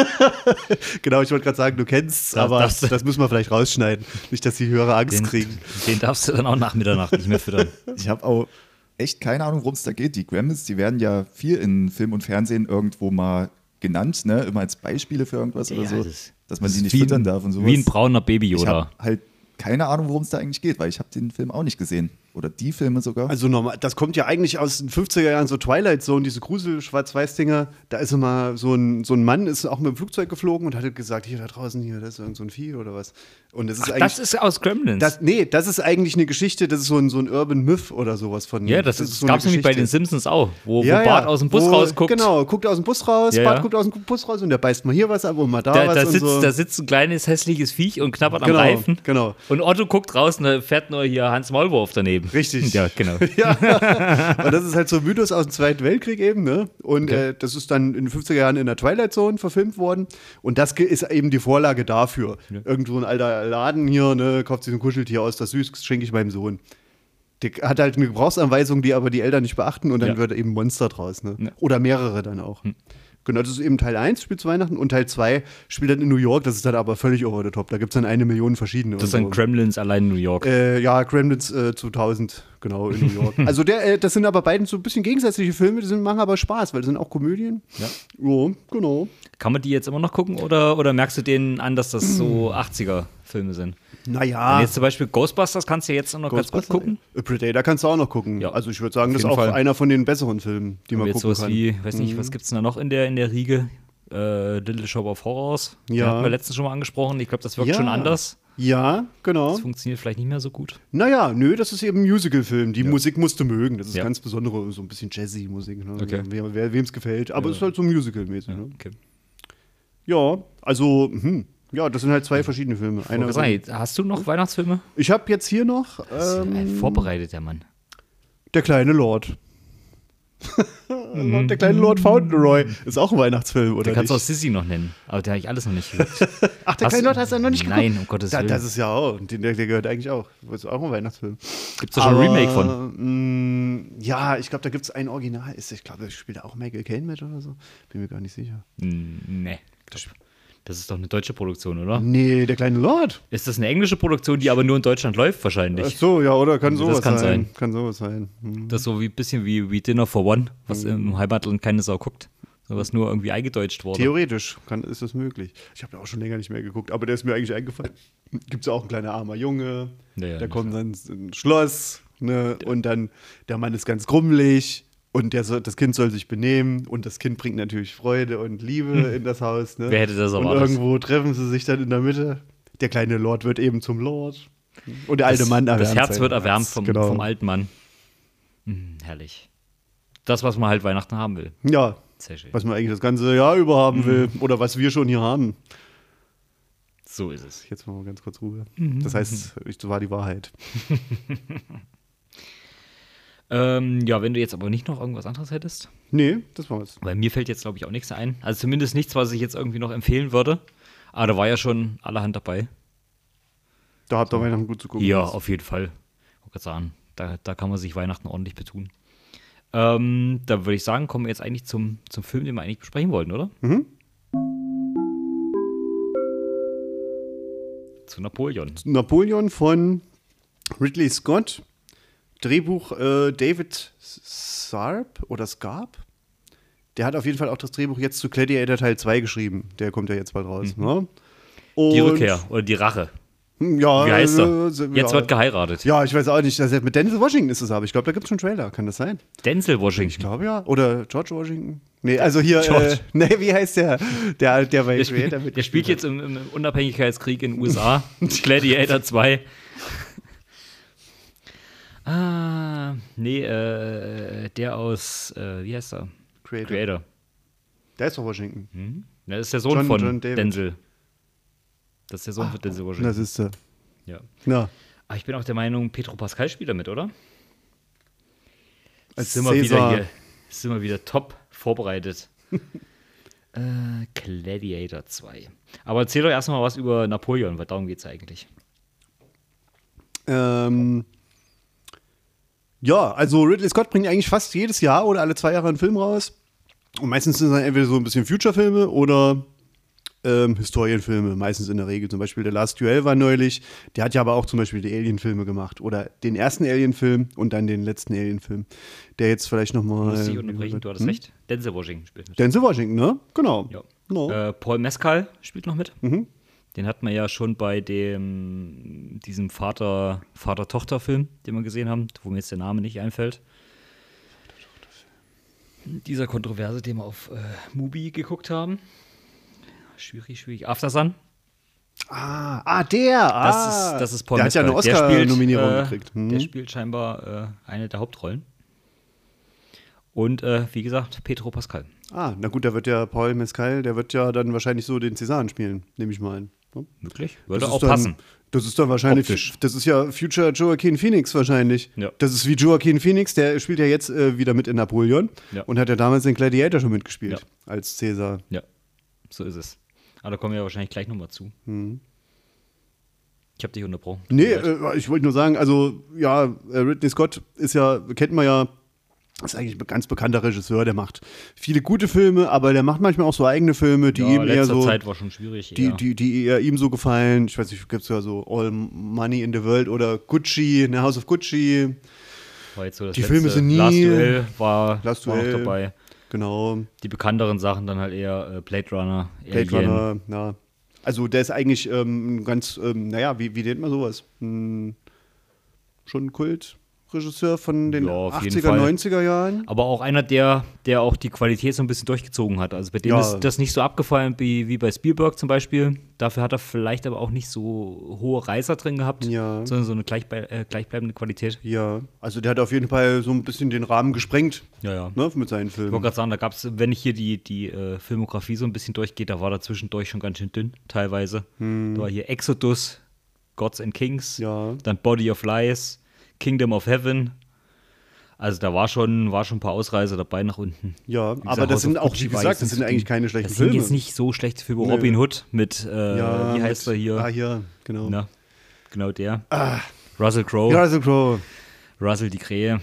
Speaker 1: Genau, ich wollte gerade sagen, du kennst,
Speaker 2: Das
Speaker 1: aber
Speaker 2: darfst du-
Speaker 1: das müssen wir vielleicht rausschneiden. Nicht, dass die Hörer Angst
Speaker 2: Den,
Speaker 1: kriegen.
Speaker 2: den darfst du dann auch nach Mitternacht nicht mehr füttern.
Speaker 3: Ich habe auch echt keine Ahnung, worum es da geht. Die Gremlins, die werden ja viel in Film und Fernsehen irgendwo mal genannt, ne? Immer als Beispiele für irgendwas
Speaker 2: Ja,
Speaker 3: oder so,
Speaker 2: das-
Speaker 3: dass man
Speaker 2: das
Speaker 3: die
Speaker 2: ist
Speaker 3: nicht
Speaker 2: wie
Speaker 3: füttern
Speaker 2: ein-
Speaker 3: darf und sowas.
Speaker 2: Wie ein brauner Baby,
Speaker 3: Ich
Speaker 2: oder?
Speaker 3: habe halt keine Ahnung, worum es da eigentlich geht, weil ich habe den Film auch nicht gesehen. Oder die Filme sogar.
Speaker 1: Also normal, das kommt ja eigentlich aus den fünfziger Jahren, so Twilight Zone, diese Grusel-Schwarz-Weiß-Dinger. Da ist immer so ein, so ein Mann, ist auch mit dem Flugzeug geflogen und hat gesagt, hier da draußen, hier, das ist irgend so ein Vieh oder was. Und das ist
Speaker 2: Ach,
Speaker 1: eigentlich.
Speaker 2: das ist aus Gremlins.
Speaker 1: Das, nee, das ist eigentlich eine Geschichte, das ist so ein, so ein Urban Myth oder sowas von.
Speaker 2: ja, das, ist,
Speaker 1: so
Speaker 2: gab
Speaker 1: eine
Speaker 2: es nämlich bei den
Speaker 1: Geschichte.
Speaker 2: Simpsons auch, wo,
Speaker 1: Ja,
Speaker 2: wo Bart
Speaker 1: ja,
Speaker 2: aus dem Bus
Speaker 1: wo,
Speaker 2: rausguckt.
Speaker 1: Genau, guckt aus dem Bus raus,
Speaker 2: Ja,
Speaker 1: Bart
Speaker 2: ja.
Speaker 1: guckt aus dem Bus raus und der beißt mal hier was ab und mal da,
Speaker 2: Da,
Speaker 1: was
Speaker 2: da,
Speaker 1: und
Speaker 2: sitzt,
Speaker 1: so.
Speaker 2: da sitzt ein kleines, hässliches Viech und knabbert
Speaker 1: Genau,
Speaker 2: am Reifen.
Speaker 1: genau.
Speaker 2: Und Otto guckt raus und da fährt nur hier Hans Maulwurf daneben.
Speaker 1: Richtig.
Speaker 2: Ja, genau.
Speaker 1: Ja, und das ist halt so ein Mythos aus dem Zweiten Weltkrieg eben, ne? Und
Speaker 2: Okay.
Speaker 1: äh, das ist dann in den fünfziger Jahren in der Twilight Zone verfilmt worden. Und das ge- ist eben die Vorlage dafür. Irgendwo ein alter Laden hier, ne, kauft sich ein Kuscheltier aus, das süß, das schenke ich meinem Sohn. Der hat halt eine Gebrauchsanweisung, die aber die Eltern nicht beachten und dann
Speaker 2: Ja.
Speaker 1: wird eben ein Monster draus, ne?
Speaker 2: Ja.
Speaker 1: Oder mehrere dann auch. Genau, das ist eben Teil eins, spielt zu Weihnachten, und Teil zwei spielt dann in New York, das ist dann aber völlig over the top. Da gibt es dann eine Million verschiedene.
Speaker 2: Das
Speaker 1: und
Speaker 2: sind
Speaker 1: so.
Speaker 2: Gremlins allein in New York.
Speaker 1: Äh, ja, Gremlins äh, zweitausend, genau, in New York. Also der, äh, das sind aber beiden so ein bisschen gegensätzliche Filme, die sind, machen aber Spaß, weil das sind auch Komödien.
Speaker 3: Ja.
Speaker 1: Ja, genau.
Speaker 2: Kann man die jetzt immer noch gucken oder, oder merkst du denen an, dass das so achtziger-Filme sind?
Speaker 1: Naja,
Speaker 2: Wenn jetzt zum Beispiel Ghostbusters kannst du jetzt noch ganz gut gucken.
Speaker 1: Äh, Predator kannst du auch noch gucken.
Speaker 2: Ja.
Speaker 1: Also ich würde sagen,
Speaker 2: Auf
Speaker 1: das ist
Speaker 2: jeden
Speaker 1: auch
Speaker 2: Fall.
Speaker 1: einer von den besseren Filmen, die man
Speaker 2: Aber jetzt
Speaker 1: gucken
Speaker 2: sowas
Speaker 1: kann. Mhm.
Speaker 2: wie, weiß nicht, was gibt's denn da noch in der, in der Riege? Äh, Little Shop of Horrors. Den
Speaker 1: Ja.
Speaker 2: hatten wir letztens schon mal angesprochen. Ich glaube, das wirkt
Speaker 1: Ja.
Speaker 2: schon anders.
Speaker 1: Ja, genau.
Speaker 2: Das funktioniert vielleicht nicht mehr so gut.
Speaker 1: Naja, nö, das ist eben ein Musical-Film. Die
Speaker 3: Ja.
Speaker 1: Musik musst du mögen. Das ist
Speaker 2: Ja.
Speaker 1: ganz besondere, so ein bisschen Jazzy-Musik. Ne?
Speaker 2: Okay.
Speaker 1: Wer, wer, wem es gefällt. Aber es ist halt so Musical-mäßig.
Speaker 2: Ja,
Speaker 1: Ne?
Speaker 2: okay.
Speaker 1: Ja, also, hm. Ja, das sind halt zwei verschiedene Filme. Einer,
Speaker 2: Einer, sagen, hast du noch Weihnachtsfilme?
Speaker 1: ich habe jetzt hier noch
Speaker 2: Äh,
Speaker 1: ähm,
Speaker 2: Vorbereitet, der Mann.
Speaker 1: Der kleine Lord. Der kleine Lord Fauntleroy ist auch ein Weihnachtsfilm, oder
Speaker 2: Der kannst du auch
Speaker 1: nicht?
Speaker 2: Sissy noch nennen. Aber der habe ich alles noch nicht geguckt.
Speaker 1: Ach, der
Speaker 2: Hast-
Speaker 1: kleine Lord hast du noch nicht geguckt?
Speaker 2: Nein, um Gottes
Speaker 1: Da,
Speaker 2: Willen.
Speaker 1: das ist ja auch, der, der gehört eigentlich auch. Das ist auch ein Weihnachtsfilm.
Speaker 2: Gibt es da schon ein Remake von?
Speaker 1: von? Ja, ich glaube, da gibt es ein Original. Ist- Ich glaube, da spielt auch Michael Caine mit oder so. Bin mir gar nicht sicher.
Speaker 2: Hm, Nee. Das ist doch eine deutsche Produktion, oder?
Speaker 1: Nee, der kleine Lord.
Speaker 2: Ist das eine englische Produktion, die aber nur in Deutschland läuft, wahrscheinlich?
Speaker 1: Ach so, ja, oder kann
Speaker 2: Das
Speaker 1: sowas
Speaker 2: kann
Speaker 1: sein.
Speaker 2: sein.
Speaker 1: Kann sowas sein. Hm.
Speaker 2: Das ist so wie ein bisschen wie, wie Dinner for One, was im Heimatland keine Sau guckt. So was nur irgendwie eingedeutscht wurde.
Speaker 1: Theoretisch kann, ist das möglich. Ich habe ja auch schon länger nicht mehr geguckt, aber der ist mir eigentlich eingefallen. Gibt es ja auch ein kleiner armer Junge,
Speaker 2: Ja, ja,
Speaker 1: der
Speaker 2: das-
Speaker 1: kommt dann ins Schloss, ne? Und dann der Mann ist ganz grummelig Und der soll, das Kind soll sich benehmen und das Kind bringt natürlich Freude und Liebe in das Haus. Ne?
Speaker 2: Wer hätte das
Speaker 1: Und
Speaker 2: erwartet?
Speaker 1: irgendwo treffen sie sich dann in der Mitte. Der kleine Lord wird eben zum Lord. Und der alte
Speaker 2: Das,
Speaker 1: Mann erwärmt
Speaker 2: das Herz
Speaker 1: sein
Speaker 2: wird erwärmt
Speaker 1: Herz.
Speaker 2: vom,
Speaker 1: Genau.
Speaker 2: vom alten Mann. Hm, herrlich. Das, was man halt Weihnachten haben will.
Speaker 1: Ja,
Speaker 2: Sehr schön.
Speaker 1: was man eigentlich das ganze Jahr über haben
Speaker 2: Mhm.
Speaker 1: will. Oder was wir schon hier haben.
Speaker 2: So ist es.
Speaker 1: Jetzt mal ganz kurz Ruhe.
Speaker 2: Mhm.
Speaker 1: Das heißt, das war die Wahrheit.
Speaker 2: Ähm, ja, wenn du jetzt aber nicht noch irgendwas anderes hättest.
Speaker 1: Nee, das war's.
Speaker 2: Weil mir fällt jetzt, glaube ich, auch nichts ein. Also zumindest nichts, was ich jetzt irgendwie noch empfehlen würde. Aber da war ja schon allerhand dabei.
Speaker 1: Da habt ihr Weihnachten gut zu gucken.
Speaker 2: Ja, auf jeden Fall. Ich wollte gerade sagen, da, da kann man sich Weihnachten ordentlich betun. Ähm, da würde ich sagen, kommen wir jetzt eigentlich zum, zum Film, den wir eigentlich besprechen wollten, oder?
Speaker 1: Mhm.
Speaker 2: Zu Napoleon.
Speaker 1: Napoleon von Ridley Scott. Drehbuch äh, David Sarp oder Scarp. Der hat auf jeden Fall auch das Drehbuch jetzt zu Gladiator Teil zwei geschrieben. Der kommt ja jetzt bald raus.
Speaker 2: Mhm.
Speaker 1: Ne?
Speaker 2: Die
Speaker 1: Und-
Speaker 2: Rückkehr oder die Rache.
Speaker 1: Ja,
Speaker 2: Wie heißt er?
Speaker 1: äh,
Speaker 2: Jetzt
Speaker 1: ja.
Speaker 2: wird geheiratet.
Speaker 1: Ja, ich weiß auch nicht. Also mit Denzel Washington ist es aber. Ich glaube, da gibt es schon einen Trailer. Kann das sein?
Speaker 2: Denzel
Speaker 1: Ich
Speaker 2: Washington.
Speaker 1: glaube ja. Oder George Washington. Nee, also hier,
Speaker 2: George.
Speaker 1: äh, nee, wie heißt der? Der, der bei
Speaker 2: Der,
Speaker 1: Creator
Speaker 2: spiel,
Speaker 1: mit
Speaker 2: der spielt jetzt im, im Unabhängigkeitskrieg in den U S A. Gladiator zwei. ah, nee, äh, der aus, äh, wie heißt er?
Speaker 1: Creator.
Speaker 2: Creator.
Speaker 1: Der ist doch Washington.
Speaker 2: Hm? Das ist der Sohn
Speaker 1: John-
Speaker 2: von
Speaker 1: John David.
Speaker 2: Denzel. Das ist der Sohn von Denzel Washington.
Speaker 1: Das ist er.
Speaker 2: Ja.
Speaker 1: Ja.
Speaker 2: Aber ich bin auch der Meinung, Pedro Pascal spielt damit, oder?
Speaker 1: Als
Speaker 2: sind wir wieder
Speaker 1: Caesar.
Speaker 2: hier, sind wir wieder top vorbereitet. äh, Gladiator zwei. Aber erzähl doch erstmal was über Napoleon, weil darum geht es eigentlich.
Speaker 1: Ähm, ja, also Ridley Scott bringt eigentlich fast jedes Jahr oder alle zwei Jahre einen Film raus. Und meistens sind es dann entweder so ein bisschen Future-Filme oder ähm, Historienfilme, meistens in der Regel. Zum Beispiel der Last Duel war neulich. Der hat ja aber auch zum Beispiel die Alien-Filme gemacht. Oder den ersten Alien-Film und dann den letzten Alien-Film. Der jetzt vielleicht nochmal.
Speaker 2: Muss ich unterbrechen, du hattest recht. Denzel Washington spielt mit.
Speaker 1: Denzel Washington, ne? Genau.
Speaker 2: Ja.
Speaker 1: Genau.
Speaker 2: Äh, Paul Mescal spielt noch mit.
Speaker 1: Mhm.
Speaker 2: Den hat man ja schon bei dem diesem Vater, Vater-Tochter-Film, den wir gesehen haben, wo mir jetzt der Name nicht einfällt. Dieser Kontroverse, den wir auf äh, Mubi geguckt haben. Schwierig, schwierig. Aftersun.
Speaker 1: Ah, ah, der.
Speaker 2: Das,
Speaker 1: ah.
Speaker 2: ist, das ist Paul
Speaker 1: Der hat ja eine
Speaker 2: Mescal. Der spielt,
Speaker 1: Oscar-Nominierung
Speaker 2: äh,
Speaker 1: gekriegt. Mhm.
Speaker 2: Der spielt scheinbar äh, eine der Hauptrollen. Und äh, wie gesagt, Pedro Pascal.
Speaker 1: Ah, na gut, da wird ja Paul Mescal, der wird ja dann wahrscheinlich so den Cäsaren spielen, nehme ich mal an. Ne?
Speaker 2: Wirklich? Würde
Speaker 1: Das
Speaker 2: auch
Speaker 1: ist dann,
Speaker 2: passen.
Speaker 1: Das ist dann wahrscheinlich,
Speaker 2: Optisch.
Speaker 1: das ist ja Future Joaquin Phoenix wahrscheinlich.
Speaker 2: Ja.
Speaker 1: Das ist wie Joaquin Phoenix, der spielt ja jetzt äh, wieder mit in Napoleon
Speaker 2: Ja.
Speaker 1: und hat ja damals den Gladiator schon mitgespielt,
Speaker 2: Ja.
Speaker 1: als Cäsar.
Speaker 2: Ja, so ist es. Aber da kommen wir ja wahrscheinlich gleich nochmal zu. Ich habe dich unterbrochen.
Speaker 1: Nee,
Speaker 2: Tut mir leid.
Speaker 1: äh, ich wollte nur sagen, also ja, äh, Ridley Scott ist ja, kennt man ja, ist eigentlich ein ganz bekannter Regisseur, der macht viele gute Filme, aber der macht manchmal auch so eigene Filme, die
Speaker 2: ja,
Speaker 1: ihm eher
Speaker 2: letzter
Speaker 1: so,
Speaker 2: Zeit war schon schwierig.
Speaker 1: die,
Speaker 2: eher.
Speaker 1: die, die eher ihm so gefallen. Ich weiß nicht, gibt es ja so All Money in the World oder Gucci, ne, House of Gucci,
Speaker 2: war jetzt so das
Speaker 1: die
Speaker 2: letzte.
Speaker 1: Filme sind nie-
Speaker 2: Last Duel war,
Speaker 1: Last
Speaker 2: war noch
Speaker 1: Duel.
Speaker 2: dabei.
Speaker 1: genau,
Speaker 2: Die bekannteren Sachen dann halt eher äh, Blade Runner,
Speaker 1: Blade
Speaker 2: Alien.
Speaker 1: Runner, ja. Also der ist eigentlich ähm, ganz, ähm, naja, wie, wie nennt man sowas? Hm, schon ein Kultregisseur von den
Speaker 2: Ja, auf jeden
Speaker 1: achtziger,
Speaker 2: Fall.
Speaker 1: neunziger Jahren.
Speaker 2: Aber auch einer, der, der auch die Qualität so ein bisschen durchgezogen hat. Also bei dem
Speaker 1: Ja.
Speaker 2: ist das nicht so abgefallen wie, wie bei Spielberg zum Beispiel. Dafür hat er vielleicht aber auch nicht so hohe Reißer drin gehabt,
Speaker 1: Ja.
Speaker 2: sondern so eine gleichblei äh, gleichbleibende Qualität.
Speaker 1: Ja, also der hat auf jeden Fall so ein bisschen den Rahmen gesprengt,
Speaker 2: Ja, ja.
Speaker 1: ne, mit seinen
Speaker 2: Ich wollte
Speaker 1: Filmen.
Speaker 2: gerade sagen, da gab es, wenn ich hier die, die äh, Filmografie so ein bisschen durchgehe, da war da zwischendurch schon ganz schön dünn, teilweise. Da war hier Exodus, Gods and Kings,
Speaker 1: Hm. Ja.
Speaker 2: dann Body of Lies, Kingdom of Heaven. Also da war schon, war schon ein paar Ausreißer dabei nach unten.
Speaker 1: Ja,
Speaker 2: Wie gesagt,
Speaker 1: aber das
Speaker 2: House
Speaker 1: sind
Speaker 2: of
Speaker 1: auch,
Speaker 2: Gucci
Speaker 1: wie
Speaker 2: war
Speaker 1: gesagt,
Speaker 2: jetzt
Speaker 1: das sind
Speaker 2: nicht-
Speaker 1: eigentlich keine schlechten
Speaker 2: Das sind
Speaker 1: Filme.
Speaker 2: jetzt nicht so schlechte Filme.
Speaker 1: Nö.
Speaker 2: Robin Hood mit, äh,
Speaker 1: ja,
Speaker 2: wie heißt
Speaker 1: mit-
Speaker 2: er hier?
Speaker 1: Ah, hier, genau.
Speaker 2: Na, genau der. Russell Crowe,
Speaker 1: Ja, Russell Crowe.
Speaker 2: Russell die Krähe.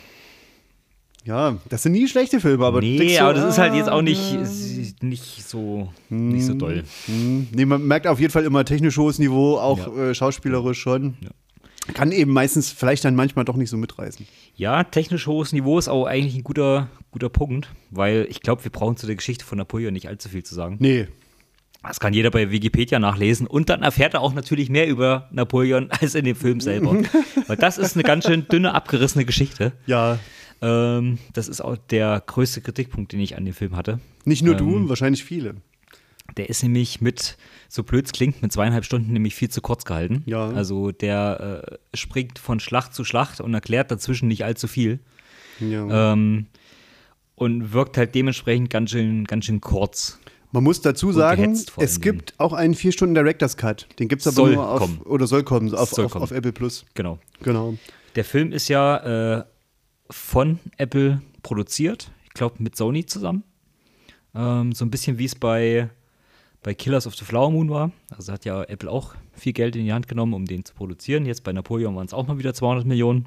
Speaker 1: Ja, das sind nie schlechte Filme, aber
Speaker 2: Nee,
Speaker 1: denkst du,
Speaker 2: aber das ist halt jetzt auch
Speaker 1: ah,
Speaker 2: nicht, nicht, so, nicht so doll.
Speaker 1: hm, nee, man merkt auf jeden Fall immer technisch hohes Niveau, auch
Speaker 2: Ja.
Speaker 1: äh, schauspielerisch schon.
Speaker 2: Ja.
Speaker 1: Kann eben meistens vielleicht dann manchmal doch nicht so mitreißen.
Speaker 2: Ja, technisch hohes Niveau ist auch eigentlich ein guter, guter Punkt, weil ich glaube, wir brauchen zu der Geschichte von Napoleon nicht allzu viel zu sagen.
Speaker 1: Nee,
Speaker 2: Das kann jeder bei Wikipedia nachlesen und dann erfährt er auch natürlich mehr über Napoleon als in dem Film selber. Weil das ist eine ganz schön dünne, abgerissene Geschichte.
Speaker 1: ja,
Speaker 2: Ähm, das ist auch der größte Kritikpunkt, den ich an dem Film hatte.
Speaker 1: Nicht nur
Speaker 2: ähm,
Speaker 1: du, wahrscheinlich viele.
Speaker 2: Der ist nämlich mit, so blöd es klingt, mit zweieinhalb Stunden nämlich viel zu kurz gehalten.
Speaker 1: Ja.
Speaker 2: Also der äh, springt von Schlacht zu Schlacht und erklärt dazwischen nicht allzu viel.
Speaker 1: Ja.
Speaker 2: Ähm, und wirkt halt dementsprechend ganz schön, ganz schön kurz.
Speaker 1: Man muss dazu sagen,
Speaker 2: gehetzt vor
Speaker 1: es
Speaker 2: allen
Speaker 1: gibt auch einen vier Stunden Director's Cut. Den gibt es aber
Speaker 2: Soll
Speaker 1: nur auf,
Speaker 2: kommen.
Speaker 1: oder soll kommen, auf,
Speaker 2: Soll
Speaker 1: auf,
Speaker 2: kommen.
Speaker 1: auf Apple Plus.
Speaker 2: Genau.
Speaker 1: Genau.
Speaker 2: Der Film ist ja äh, von Apple produziert, ich glaube mit Sony zusammen. Ähm, so ein bisschen wie es bei, bei Killers of the Flower Moon war. Also hat ja Apple auch viel Geld in die Hand genommen, um den zu produzieren. Jetzt bei Napoleon waren es auch mal wieder zweihundert Millionen.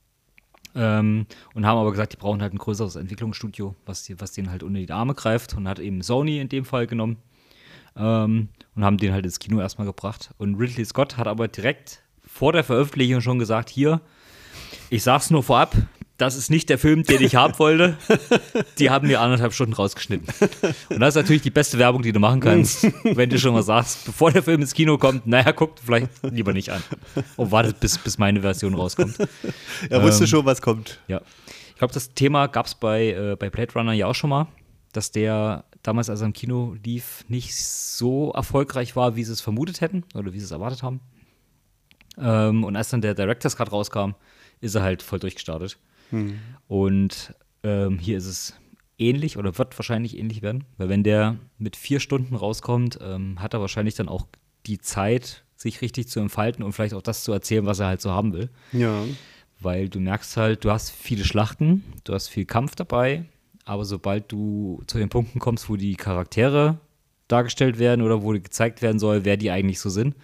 Speaker 2: Ähm, und haben aber gesagt, die brauchen halt ein größeres Entwicklungsstudio, was, die, was denen halt unter die Arme greift. Und hat eben Sony in dem Fall genommen. Ähm, und haben den halt ins Kino erstmal gebracht. Und Ridley Scott hat aber direkt vor der Veröffentlichung schon gesagt, hier, ich sag's nur vorab, das ist nicht der Film, den ich haben wollte. Die haben mir anderthalb Stunden rausgeschnitten. Und das ist natürlich die beste Werbung, die du machen kannst, wenn du schon mal sagst, bevor der Film ins Kino kommt, naja, guckt vielleicht lieber nicht an. Und wartet, bis, bis meine Version rauskommt.
Speaker 1: Er wusste
Speaker 2: ähm,
Speaker 1: schon, was kommt.
Speaker 2: Ja. Ich glaube, das Thema gab es bei, äh, bei Blade Runner ja auch schon mal, dass der damals, als er im Kino lief, nicht so erfolgreich war, wie sie es vermutet hätten oder wie sie es erwartet haben. Ähm, und als dann der Director's Cut rauskam, ist er halt voll durchgestartet. Hm. Und ähm, hier ist es ähnlich oder wird wahrscheinlich ähnlich werden, weil wenn der mit vier Stunden rauskommt, ähm, hat er wahrscheinlich dann auch die Zeit, sich richtig zu entfalten und vielleicht auch das zu erzählen, was er halt so haben will.
Speaker 1: Ja.
Speaker 2: Weil du merkst halt, du hast viele Schlachten, du hast viel Kampf dabei, aber sobald du zu den Punkten kommst, wo die Charaktere dargestellt werden oder wo gezeigt werden soll, wer die eigentlich so sind,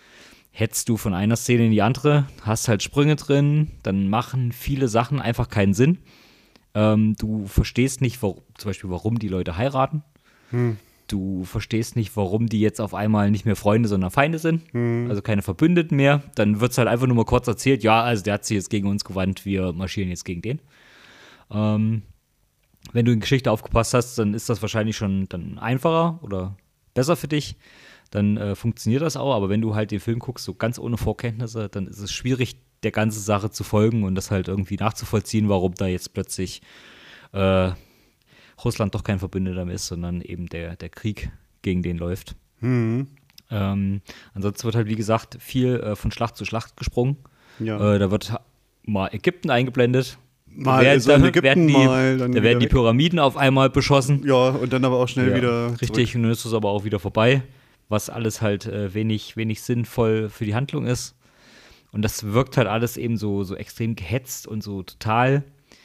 Speaker 2: hetzt du von einer Szene in die andere, hast halt Sprünge drin, dann machen viele Sachen einfach keinen Sinn. Ähm, du verstehst nicht, warum, zum Beispiel, warum die Leute heiraten. Hm. Du verstehst nicht, warum die jetzt auf einmal nicht mehr Freunde, sondern Feinde sind. Hm. Also keine Verbündeten mehr. Dann wird es halt einfach nur mal kurz erzählt, ja, also der hat sich jetzt gegen uns gewandt, wir marschieren jetzt gegen den. Ähm, wenn du in Geschichte aufgepasst hast, dann ist das wahrscheinlich schon dann einfacher oder besser für dich. Dann äh, funktioniert das auch, aber wenn du halt den Film guckst, so ganz ohne Vorkenntnisse, dann ist es schwierig, der ganzen Sache zu folgen und das halt irgendwie nachzuvollziehen, warum da jetzt plötzlich äh, Russland doch kein Verbündeter mehr ist, sondern eben der, der Krieg gegen den läuft. Mhm. Ähm, ansonsten wird halt, wie gesagt, viel äh, von Schlacht zu Schlacht gesprungen. Ja. Äh, da wird mal Ägypten eingeblendet.
Speaker 1: Mal
Speaker 2: werden,
Speaker 1: ist in Ägypten,
Speaker 2: werden die,
Speaker 1: mal dann
Speaker 2: da werden die
Speaker 1: weg.
Speaker 2: Pyramiden auf einmal beschossen.
Speaker 1: Ja, und dann aber auch schnell
Speaker 2: ja,
Speaker 1: wieder
Speaker 2: Richtig,
Speaker 1: zurück.
Speaker 2: Und dann ist es aber auch wieder vorbei, was alles halt äh, wenig, wenig sinnvoll für die Handlung ist. Und das wirkt halt alles eben so, so extrem gehetzt und so total,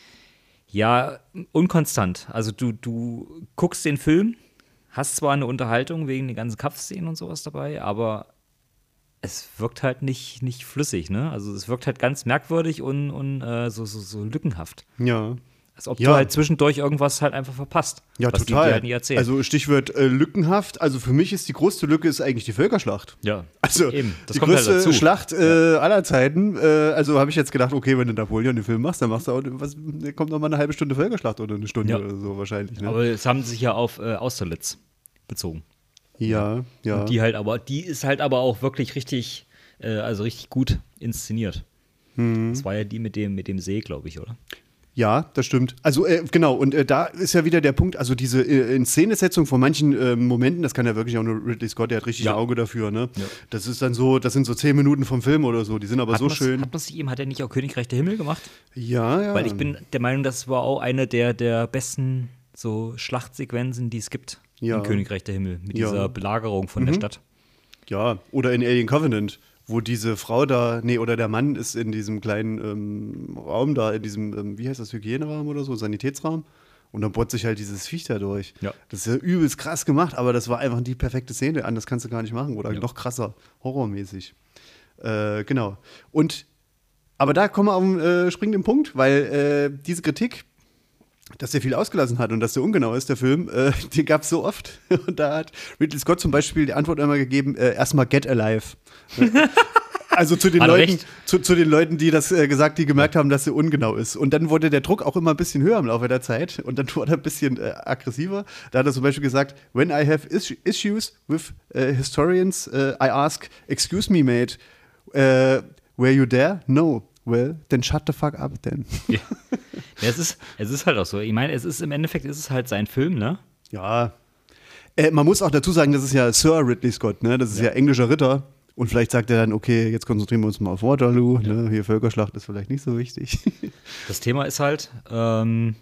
Speaker 2: ja, unkonstant. Also du, du guckst den Film, hast zwar eine Unterhaltung wegen den ganzen Kampfszenen und sowas dabei, aber es wirkt halt nicht, nicht flüssig, ne? Also es wirkt halt ganz merkwürdig und, und äh, so, so, so lückenhaft.
Speaker 1: Ja.
Speaker 2: Als ob
Speaker 1: ja.
Speaker 2: du halt zwischendurch irgendwas halt einfach verpasst.
Speaker 1: Ja,
Speaker 2: was
Speaker 1: total.
Speaker 2: Die dir halt nie erzählen.
Speaker 1: Also Stichwort äh, lückenhaft. Also für mich ist die größte Lücke ist eigentlich die Völkerschlacht.
Speaker 2: Ja,
Speaker 1: also
Speaker 2: eben. Das
Speaker 1: die
Speaker 2: kommt
Speaker 1: größte
Speaker 2: halt dazu.
Speaker 1: Schlacht äh,
Speaker 2: ja.
Speaker 1: aller Zeiten. Äh, also habe ich jetzt gedacht, okay, wenn du Napoleon den Film machst, dann machst du auch, was, kommt noch mal eine halbe Stunde Völkerschlacht oder eine Stunde
Speaker 2: ja.
Speaker 1: oder so wahrscheinlich. Ne?
Speaker 2: Aber es haben sich ja auf äh, Austerlitz bezogen.
Speaker 1: Ja, ja.
Speaker 2: Und die halt aber, die ist halt aber auch wirklich richtig, äh, also richtig gut inszeniert. Hm. Das war ja die mit dem, mit dem See, glaube ich, oder?
Speaker 1: Ja, das stimmt. Also äh, genau, und äh, da ist ja wieder der Punkt, also diese äh, Inszenesetzung von manchen äh, Momenten, das kann ja wirklich auch nur Ridley Scott, der hat richtig
Speaker 2: ja.
Speaker 1: ein Auge dafür, ne?
Speaker 2: Ja.
Speaker 1: Das ist dann so, das sind so zehn Minuten vom Film oder so, die sind aber
Speaker 2: hat
Speaker 1: so schön.
Speaker 2: Hat man sich ihm, hat er nicht auch Königreich der Himmel gemacht?
Speaker 1: Ja, ja.
Speaker 2: Weil ich bin der Meinung, das war auch eine der, der besten so Schlachtsequenzen, die es gibt
Speaker 1: ja.
Speaker 2: in Königreich der Himmel, mit
Speaker 1: ja.
Speaker 2: dieser Belagerung von
Speaker 1: mhm.
Speaker 2: der Stadt.
Speaker 1: Ja, oder in Alien Covenant, wo diese Frau da, nee, oder der Mann ist in diesem kleinen ähm, Raum da, in diesem, ähm, wie heißt das, Hygieneraum oder so, Sanitätsraum. Und dann bohrt sich halt dieses Viech da durch.
Speaker 2: Ja.
Speaker 1: Das ist ja übelst krass gemacht, aber das war einfach die perfekte Szene. Anders kannst du gar nicht machen. Oder
Speaker 2: ja.
Speaker 1: noch krasser, horrormäßig. Äh, genau. Und, aber da kommen wir auf den äh, springenden Punkt, weil äh, diese Kritik, dass der viel ausgelassen hat und dass der ungenau ist, der Film, äh, den gab es so oft. Und da hat Ridley Scott zum Beispiel die Antwort einmal gegeben, äh, erstmal Get Alive. Also zu den, Leuten, zu, zu den Leuten, die das äh, gesagt, die gemerkt haben, dass sie ungenau ist. Und dann wurde der Druck auch immer ein bisschen höher im Laufe der Zeit. Und dann wurde er ein bisschen äh, aggressiver. Da hat er zum Beispiel gesagt, when I have is- issues with uh, historians, uh, I ask, excuse me, mate, uh, were you there? No. well, then shut the fuck up, then.
Speaker 2: Ja. Ja, es, ist, es ist halt auch so. Ich meine, es ist im Endeffekt ist es halt sein Film, ne?
Speaker 1: Ja. Äh, man muss auch dazu sagen, das ist ja Sir Ridley Scott, ne? Das ist ja, ja englischer Ritter. Und vielleicht sagt er dann, okay, jetzt konzentrieren wir uns mal auf Waterloo. Ja. Ne? Hier Völkerschlacht ist vielleicht nicht so wichtig.
Speaker 2: Das Thema ist halt, ähm,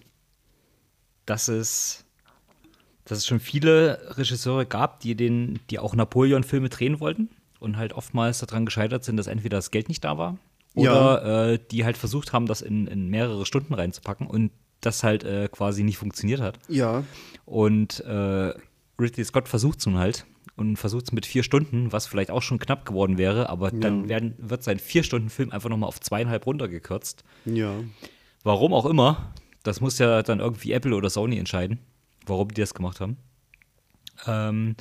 Speaker 2: dass es, dass es schon viele Regisseure gab, die, den, die auch Napoleon-Filme drehen wollten und halt oftmals daran gescheitert sind, dass entweder das Geld nicht da war oder ja. äh, die halt versucht haben, das in, in mehrere Stunden reinzupacken und das halt äh, quasi nicht funktioniert hat.
Speaker 1: Ja.
Speaker 2: Und äh, Ridley Scott versucht es nun halt und versucht es mit vier Stunden, was vielleicht auch schon knapp geworden wäre, aber ja. dann werden, wird sein Vier-Stunden-Film einfach nochmal auf zweieinhalb runtergekürzt.
Speaker 1: Ja.
Speaker 2: Warum auch immer, das muss ja dann irgendwie Apple oder Sony entscheiden, warum die das gemacht haben. Ähm,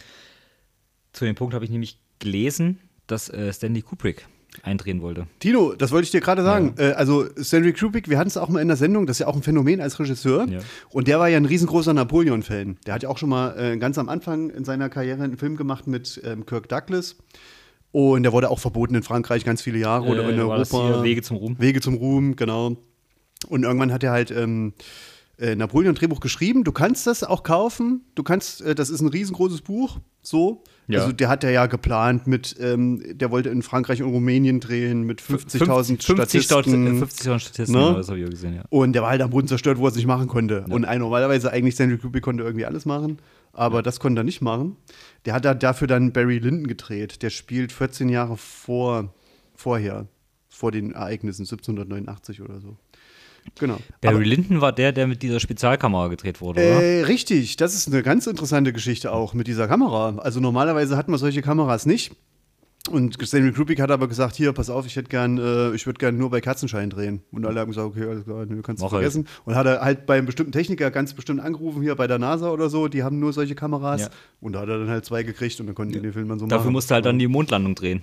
Speaker 2: zu dem Punkt habe ich nämlich gelesen, dass äh, Stanley Kubrick eindrehen wollte.
Speaker 1: Tino, das wollte ich dir gerade sagen.
Speaker 2: Ja.
Speaker 1: Äh, also Stanley Kubrick, wir hatten es auch mal in der Sendung, das ist ja auch ein Phänomen als Regisseur.
Speaker 2: Ja.
Speaker 1: Und der war ja ein riesengroßer Napoleon-Fan. Der hat ja auch schon mal äh, ganz am Anfang in seiner Karriere einen Film gemacht mit ähm, Kirk Douglas. Und der wurde auch verboten in Frankreich ganz viele Jahre
Speaker 2: Äh,
Speaker 1: oder in
Speaker 2: war das
Speaker 1: Europa.
Speaker 2: hier Wege zum Ruhm.
Speaker 1: Wege zum Ruhm, genau. Und irgendwann hat er halt ähm, äh, Napoleon-Drehbuch geschrieben. Du kannst das auch kaufen. Du kannst, äh, das ist ein riesengroßes Buch, so.
Speaker 2: Ja.
Speaker 1: Also der hat ja, ja geplant mit, ähm, der wollte in Frankreich und Rumänien drehen mit fünfzigtausend Statisten.
Speaker 2: fünfzigtausend Statisten,
Speaker 1: Ne?
Speaker 2: ja, das habe ich auch gesehen, ja.
Speaker 1: Und der war halt am Boden zerstört, wo er es nicht machen konnte. Ja. Und ein, normalerweise eigentlich Stanley Kubrick konnte irgendwie alles machen, aber ja. das konnte er nicht machen. Der hat da dafür dann Barry Lyndon gedreht. Der spielt vierzehn Jahre vor, vorher, vor den Ereignissen, siebzehnhundertneunundachtzig oder so. Genau.
Speaker 2: Barry
Speaker 1: Aber,
Speaker 2: Lyndon war der, der mit dieser Spezialkamera gedreht wurde, oder?
Speaker 1: Äh, richtig, das ist eine ganz interessante Geschichte auch mit dieser Kamera. Also normalerweise hat man solche Kameras nicht. Und Stanley Kubrick hat aber gesagt, hier, pass auf, ich hätte gern, äh, ich würde gern nur bei Katzenschein drehen. Und alle haben gesagt, okay, alles klar, du kannst es vergessen. Halt. Und hat er halt bei einem bestimmten Techniker ganz bestimmt angerufen, hier bei der NASA oder so, die haben nur solche Kameras. Ja. Und da hat er dann halt zwei gekriegt und dann konnten die den Film dann so
Speaker 2: Dafür
Speaker 1: machen. Dafür
Speaker 2: musste halt dann die Mondlandung drehen.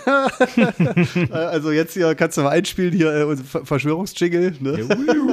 Speaker 1: Also jetzt hier kannst du mal einspielen, hier äh, Verschwörungsjingle. Ne?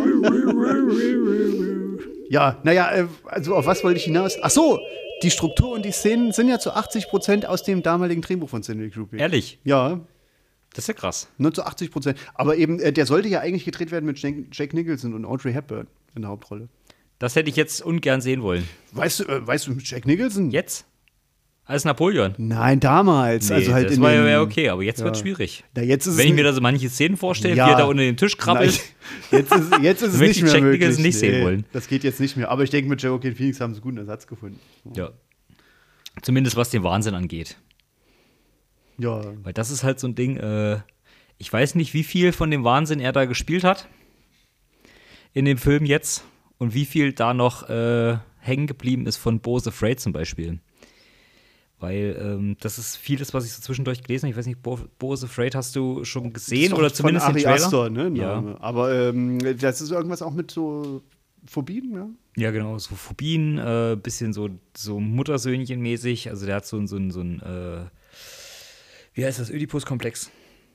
Speaker 1: Ja, naja, äh, also auf was wollte ich hinaus? Ach so, die Struktur und die Szenen sind ja zu achtzig Prozent aus dem damaligen Drehbuch von Stanley Kubrick.
Speaker 2: Ehrlich?
Speaker 1: Ja.
Speaker 2: Das ist ja krass.
Speaker 1: Nur zu achtzig Prozent. Aber eben, äh, der sollte ja eigentlich gedreht werden mit Jack, Jack Nicholson und Audrey Hepburn in der Hauptrolle.
Speaker 2: Das hätte ich jetzt ungern sehen wollen.
Speaker 1: Weißt du, äh, weißt du, mit Jack Nicholson?
Speaker 2: Jetzt? Als Napoleon?
Speaker 1: Nein, damals.
Speaker 2: Nee,
Speaker 1: also halt
Speaker 2: das
Speaker 1: in
Speaker 2: war
Speaker 1: den,
Speaker 2: ja okay, aber jetzt
Speaker 1: ja.
Speaker 2: wird es schwierig.
Speaker 1: Na, jetzt ist
Speaker 2: Wenn
Speaker 1: es
Speaker 2: ich mir da so manche Szenen vorstelle,
Speaker 1: ja.
Speaker 2: wie er da unter den Tisch krabbelt.
Speaker 1: Nein, jetzt ist, jetzt ist es
Speaker 2: möchte
Speaker 1: nicht
Speaker 2: ich
Speaker 1: mehr
Speaker 2: Jack
Speaker 1: möglich.
Speaker 2: Nicholson nicht sehen
Speaker 1: Nee,
Speaker 2: wollen.
Speaker 1: Das geht jetzt nicht mehr. Aber ich denke, mit Joaquin Phoenix haben sie einen guten Ersatz gefunden.
Speaker 2: Ja. Zumindest was den Wahnsinn angeht.
Speaker 1: Ja.
Speaker 2: Weil das ist halt so ein Ding, äh, ich weiß nicht, wie viel von dem Wahnsinn er da gespielt hat in dem Film jetzt und wie viel da noch äh, hängen geblieben ist von Beau is Afraid zum Beispiel. Weil ähm, das ist vieles, was ich so zwischendurch gelesen habe. Ich weiß nicht, Beau, Beau is Afraid hast du schon gesehen oder zumindest
Speaker 1: von
Speaker 2: den
Speaker 1: Ari
Speaker 2: Trailer?
Speaker 1: Aster, ne?
Speaker 2: Ja.
Speaker 1: Aber ähm, das ist irgendwas auch mit so Phobien, ja?
Speaker 2: Ja, genau, so Phobien, äh, bisschen so, so Muttersöhnchen-mäßig. Also der hat so, so, so ein, äh, wie heißt das, Oedipus-Komplex.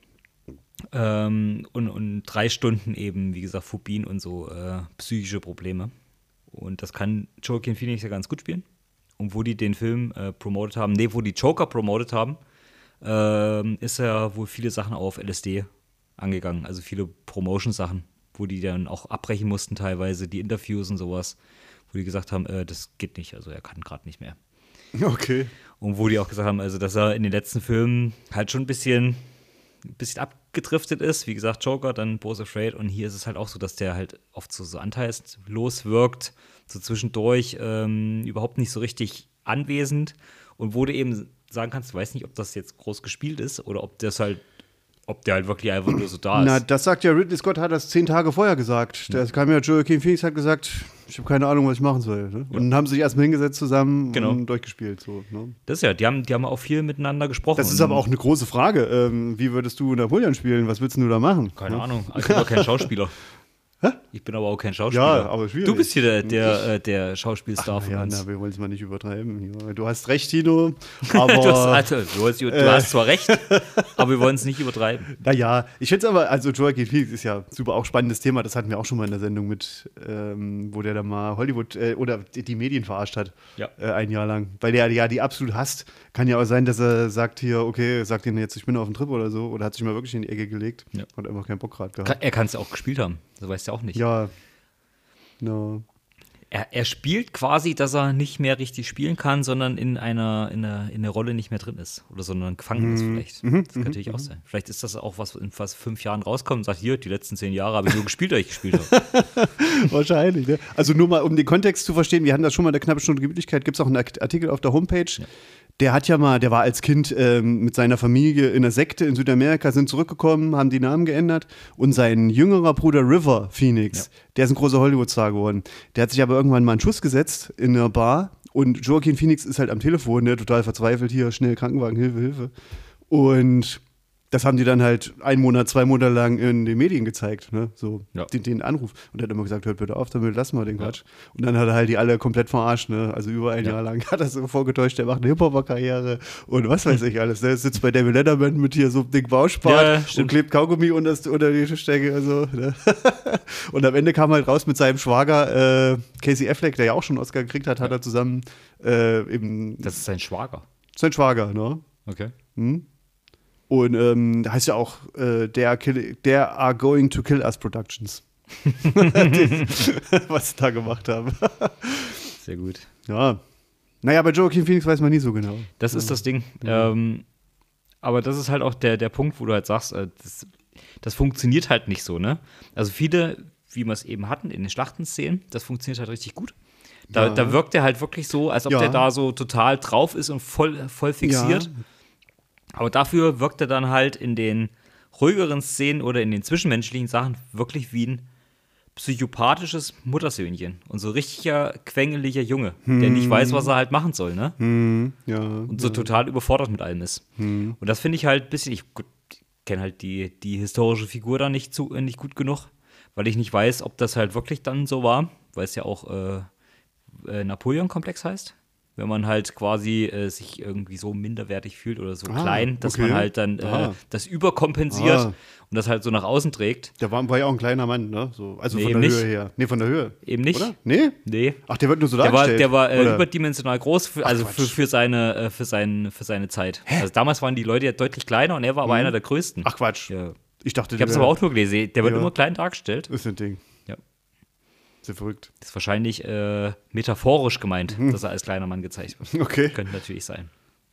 Speaker 2: Ähm, und, und drei Stunden eben, wie gesagt, Phobien und so äh, psychische Probleme. Und das kann Joaquin Phoenix ja ganz gut spielen. Und wo die den Film äh, promotet haben, nee, wo die Joker promotet haben, äh, ist er wohl viele Sachen auf L S D angegangen. Also viele Promotion-Sachen, wo die dann auch abbrechen mussten teilweise, die Interviews und sowas, wo die gesagt haben, äh, das geht nicht, also er kann gerade nicht mehr.
Speaker 1: Okay.
Speaker 2: Und wo die auch gesagt haben, also dass er in den letzten Filmen halt schon ein bisschen, ein bisschen abgedriftet ist. Wie gesagt, Joker, dann Beau is Afraid. Und hier ist es halt auch so, dass der halt oft so, so anteilslos wirkt, so zwischendurch ähm, überhaupt nicht so richtig anwesend. Und wo du eben sagen kannst, du weißt nicht, ob das jetzt groß gespielt ist oder ob das halt ob der halt wirklich einfach nur so da ist.
Speaker 1: Na, das sagt ja Ridley Scott, hat das zehn Tage vorher gesagt. Ja. Da kam ja Joaquin Phoenix, hat gesagt, ich habe keine Ahnung, was ich machen soll. Ne? Und
Speaker 2: ja.
Speaker 1: haben sich erstmal hingesetzt zusammen
Speaker 2: genau.
Speaker 1: und durchgespielt. So, ne?
Speaker 2: Das ist ja, die haben, die haben auch viel miteinander gesprochen.
Speaker 1: Das ist aber auch eine große Frage. Ähm, wie würdest du Napoleon spielen? Was willst du da machen?
Speaker 2: Keine
Speaker 1: ne?
Speaker 2: Ahnung, ich bin doch kein Schauspieler. Ich bin aber auch kein Schauspieler.
Speaker 1: Ja, aber schwierig.
Speaker 2: Du bist hier der, der, äh, der Schauspielstar
Speaker 1: Ach,
Speaker 2: von
Speaker 1: ja,
Speaker 2: uns.
Speaker 1: na, wir wollen es mal nicht übertreiben. Ja, du hast recht, Tino. Aber
Speaker 2: du hast, Alter, du, hast, du
Speaker 1: äh,
Speaker 2: hast zwar recht, aber wir wollen es nicht übertreiben.
Speaker 1: Naja, ich finde es aber, also Joaquin Phoenix ist ja super auch spannendes Thema. Das hatten wir auch schon mal in der Sendung mit, ähm, wo der da mal Hollywood äh, oder die, die Medien verarscht hat.
Speaker 2: Ja.
Speaker 1: Äh, ein Jahr lang. Weil der ja die absolut hasst. Kann ja auch sein, dass er sagt hier, okay, sagt ihnen jetzt, ich bin auf dem Trip oder so. Oder hat sich mal wirklich in die Ecke gelegt.
Speaker 2: Ja.
Speaker 1: Hat einfach keinen Bock gerade gehabt.
Speaker 2: Kann, er kann es ja auch gespielt haben. Das weißt du auch nicht.
Speaker 1: Ja. No.
Speaker 2: Er, er spielt quasi, dass er nicht mehr richtig spielen kann, sondern in einer, in einer, in einer Rolle nicht mehr drin ist. Oder sondern gefangen ist vielleicht.
Speaker 1: Mhm.
Speaker 2: Das kann natürlich auch sein. Vielleicht ist das auch was, in fast fünf Jahren rauskommt und sagt, hier, die letzten zehn Jahre habe ich nur gespielt, weil ich gespielt habe.
Speaker 1: Wahrscheinlich, ne? Also nur mal, um den Kontext zu verstehen, wir hatten das schon mal in der knappen Stunde Gemütlichkeit, gibt es auch einen Artikel auf der Homepage. Ja. Der hat ja mal, der war als Kind ähm, mit seiner Familie in einer Sekte in Südamerika, sind zurückgekommen, haben die Namen geändert und sein jüngerer Bruder River Phoenix, ja. der ist ein großer Hollywood-Star geworden. Der hat sich aber irgendwann mal einen Schuss gesetzt in einer Bar und Joaquin Phoenix ist halt am Telefon, ne, total verzweifelt, hier, schnell Krankenwagen, Hilfe, Hilfe. Und das haben die dann halt einen Monat, zwei Monate lang in den Medien gezeigt, ne? So
Speaker 2: ja.
Speaker 1: den, den Anruf. Und er hat immer gesagt, hört bitte auf damit, lass mal den Quatsch. Ja. Und dann hat er halt die alle komplett verarscht, ne? Also über ein ja. Jahr lang hat er so vorgetäuscht, der macht eine Hip-Hop-Karriere und was weiß ich alles. Der sitzt bei David Letterman mit hier so einem dick Bauchspart
Speaker 2: ja,
Speaker 1: und klebt Kaugummi unter, unter die Tischdecke und so. Ne? Und am Ende kam halt raus mit seinem Schwager äh, Casey Affleck, der ja auch schon einen Oscar gekriegt hat, ja. hat er zusammen äh, eben.
Speaker 2: Das ist sein Schwager.
Speaker 1: Sein Schwager, ne?
Speaker 2: Okay.
Speaker 1: Hm? Und ähm, da heißt ja auch, äh, der, kill, der are going to kill us Productions. Was sie da gemacht haben.
Speaker 2: Sehr gut.
Speaker 1: Ja. Naja, bei Joaquin Phoenix weiß man nie so genau.
Speaker 2: Das ist das Ding. Ja. Ähm, aber das ist halt auch der, der Punkt, wo du halt sagst, äh, das, das funktioniert halt nicht so, ne? Also viele, wie wir es eben hatten in den Schlachtenszenen, das funktioniert halt richtig gut. Da, ja. da wirkt er halt wirklich so, als ob ja. der da so total drauf ist und voll, voll fixiert. Ja. Aber dafür wirkt er dann halt in den ruhigeren Szenen oder in den zwischenmenschlichen Sachen wirklich wie ein psychopathisches Muttersöhnchen. Und so richtiger, quengeliger Junge, hm. der nicht weiß, was er halt machen soll, ne?
Speaker 1: Hm. Ja,
Speaker 2: und so
Speaker 1: ja.
Speaker 2: total überfordert mit allem ist.
Speaker 1: Hm.
Speaker 2: Und das finde ich halt ein bisschen, ich kenne halt die, die historische Figur da nicht, zu, nicht gut genug, weil ich nicht weiß, ob das halt wirklich dann so war, weil es ja auch äh, äh, Napoleon-Komplex heißt. Wenn man halt quasi äh, sich irgendwie so minderwertig fühlt oder so ah, klein, dass okay. man halt dann äh, das überkompensiert ah. und das halt so nach außen trägt.
Speaker 1: Der war, war ja auch ein kleiner Mann, ne? So, also
Speaker 2: nee,
Speaker 1: von der
Speaker 2: nicht.
Speaker 1: Höhe her. Nee, von der Höhe.
Speaker 2: Eben nicht.
Speaker 1: Oder? Nee?
Speaker 2: Nee.
Speaker 1: Ach, der wird nur so
Speaker 2: der
Speaker 1: dargestellt?
Speaker 2: Der war, der war äh,
Speaker 1: oder?
Speaker 2: überdimensional groß, für, also für, für, seine, äh, für, sein, für seine Zeit. Hä? Also damals waren die Leute ja deutlich kleiner und er war aber mhm. einer der größten.
Speaker 1: Ach Quatsch.
Speaker 2: Ja.
Speaker 1: Ich dachte,
Speaker 2: ich habe es aber auch nur gelesen. Der wird ja. immer klein dargestellt.
Speaker 1: Ist ein Ding.
Speaker 2: Ja.
Speaker 1: Sehr verrückt.
Speaker 2: Das ist wahrscheinlich äh, metaphorisch gemeint, mhm. dass er als kleiner Mann gezeigt wird.
Speaker 1: Okay.
Speaker 2: Könnte natürlich sein.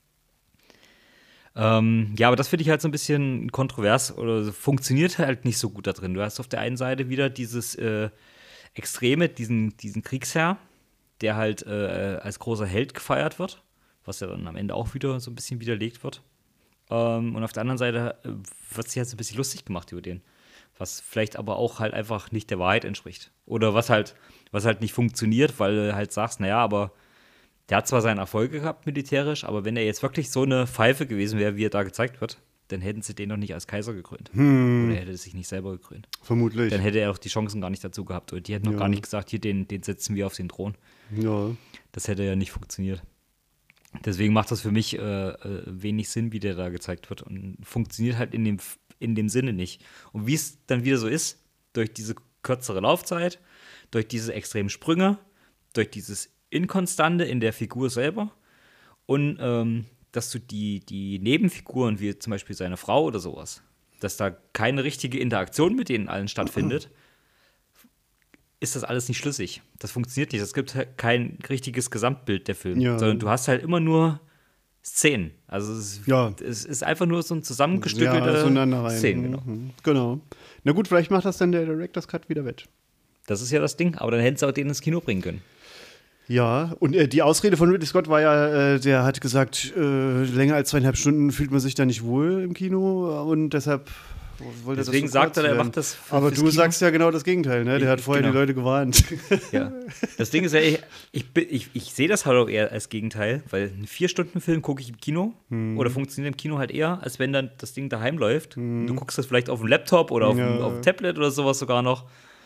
Speaker 2: Ähm, ja, aber das finde ich halt so ein bisschen kontrovers oder funktioniert halt nicht so gut da drin. Du hast auf der einen Seite wieder dieses äh, Extreme, diesen, diesen Kriegsherr, der halt äh, als großer Held gefeiert wird, was ja dann am Ende auch wieder so ein bisschen widerlegt wird. Ähm, und auf der anderen Seite äh, wird sich halt so ein bisschen lustig gemacht über den. Was vielleicht aber auch halt einfach nicht der Wahrheit entspricht. Oder was halt, was halt nicht funktioniert, weil du halt sagst, naja, aber der hat zwar seine Erfolge gehabt militärisch, aber wenn er jetzt wirklich so eine Pfeife gewesen wäre, wie er da gezeigt wird, dann hätten sie den noch nicht als Kaiser gekrönt.
Speaker 1: Hm.
Speaker 2: Oder er hätte sich nicht selber gekrönt.
Speaker 1: Vermutlich.
Speaker 2: Dann hätte er auch die Chancen gar nicht dazu gehabt. Oder die hätten noch
Speaker 1: ja.
Speaker 2: gar nicht gesagt, hier, den, den setzen wir auf den Thron.
Speaker 1: Ja.
Speaker 2: Das hätte ja nicht funktioniert. Deswegen macht das für mich äh, äh, wenig Sinn, wie der da gezeigt wird. Und funktioniert halt in dem in dem Sinne nicht. Und wie es dann wieder so ist, durch diese kürzere Laufzeit, durch diese extremen Sprünge, durch dieses Inkonstante in der Figur selber und ähm, dass du die, die Nebenfiguren, wie zum Beispiel seine Frau oder sowas, dass da keine richtige Interaktion mit denen allen stattfindet, ist das alles nicht schlüssig. Das funktioniert nicht. Es gibt halt kein richtiges Gesamtbild der Filme,
Speaker 1: ja.
Speaker 2: sondern du hast halt immer nur Szenen. Also es ist,
Speaker 1: ja.
Speaker 2: es ist einfach nur so ein zusammengestückelte
Speaker 1: ja,
Speaker 2: Szenen. Genau.
Speaker 1: Mhm. genau. Na gut, vielleicht macht das dann der Director's Cut wieder wett.
Speaker 2: Das ist ja das Ding, aber dann hätten sie auch den ins Kino bringen können.
Speaker 1: Ja, und äh, die Ausrede von Ridley Scott war ja, äh, der hat gesagt, äh, länger als zweieinhalb Stunden fühlt man sich da nicht wohl im Kino und deshalb wollte
Speaker 2: Deswegen
Speaker 1: das so
Speaker 2: sagt er, er
Speaker 1: werden.
Speaker 2: macht das für,
Speaker 1: Aber
Speaker 2: fürs
Speaker 1: du
Speaker 2: Kino.
Speaker 1: sagst ja genau das Gegenteil, ne? Der
Speaker 2: ich,
Speaker 1: hat vorher
Speaker 2: genau.
Speaker 1: die Leute gewarnt.
Speaker 2: Ja. Das Ding ist ja, ich, ich, ich, ich sehe das halt auch eher als Gegenteil, weil einen Vier-Stunden-Film gucke ich im Kino
Speaker 1: hm.
Speaker 2: oder funktioniert im Kino halt eher, als wenn dann das Ding daheim läuft.
Speaker 1: Hm.
Speaker 2: Du guckst das vielleicht auf dem Laptop oder auf,
Speaker 1: ja.
Speaker 2: dem, auf dem Tablet oder sowas sogar noch.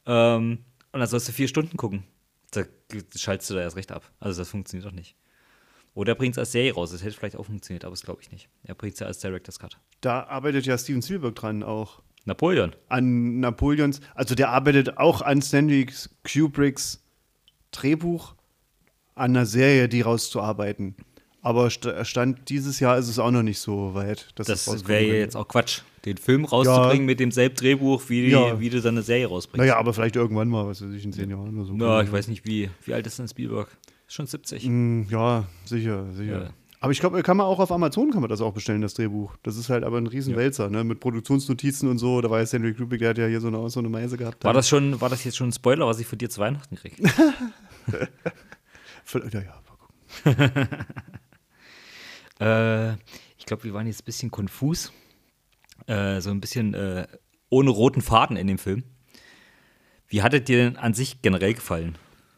Speaker 2: Ähm, und dann sollst du vier Stunden gucken. Da schaltest du da erst recht ab. Also das funktioniert doch nicht. Oder er bringt es als Serie raus. Das hätte vielleicht auch funktioniert, aber das glaube ich nicht. Er bringt es ja als Director's Cut.
Speaker 1: Da arbeitet ja Steven Spielberg dran auch.
Speaker 2: Napoleon.
Speaker 1: An Napoleons, also der arbeitet auch an Stanley Kubricks Drehbuch, an einer Serie, die rauszuarbeiten. Aber st- Stand dieses Jahr ist es auch noch nicht so weit. Dass
Speaker 2: Das
Speaker 1: rauskommen
Speaker 2: wäre ja
Speaker 1: könnte.
Speaker 2: jetzt auch Quatsch, den Film rauszubringen
Speaker 1: Ja.
Speaker 2: mit demselben Drehbuch, wie,
Speaker 1: Ja.
Speaker 2: wie du dann eine Serie rausbringst.
Speaker 1: Naja, aber vielleicht irgendwann mal, was weiß ich, in zehn Jahren oder so.
Speaker 2: Ja, ich weiß nicht, wie, wie alt ist denn Spielberg? Ist schon siebzig.
Speaker 1: Mm, Ja, sicher, sicher.
Speaker 2: Ja.
Speaker 1: Aber ich glaube, kann man auch auf Amazon kann man das auch bestellen, das Drehbuch. Das ist halt aber ein Riesenwälzer, ne? Mit Produktionsnotizen und so. Da war ja Stanley Kubrick, der hat ja hier so eine, so eine Meise gehabt.
Speaker 2: War das schon, war das jetzt schon ein Spoiler, was ich von dir zu Weihnachten kriege?
Speaker 1: Ja, ja, mal gucken.
Speaker 2: äh, ich glaube, wir waren jetzt ein bisschen konfus. Äh, so ein bisschen äh, ohne roten Faden in dem Film. Wie hat es dir denn an sich generell gefallen?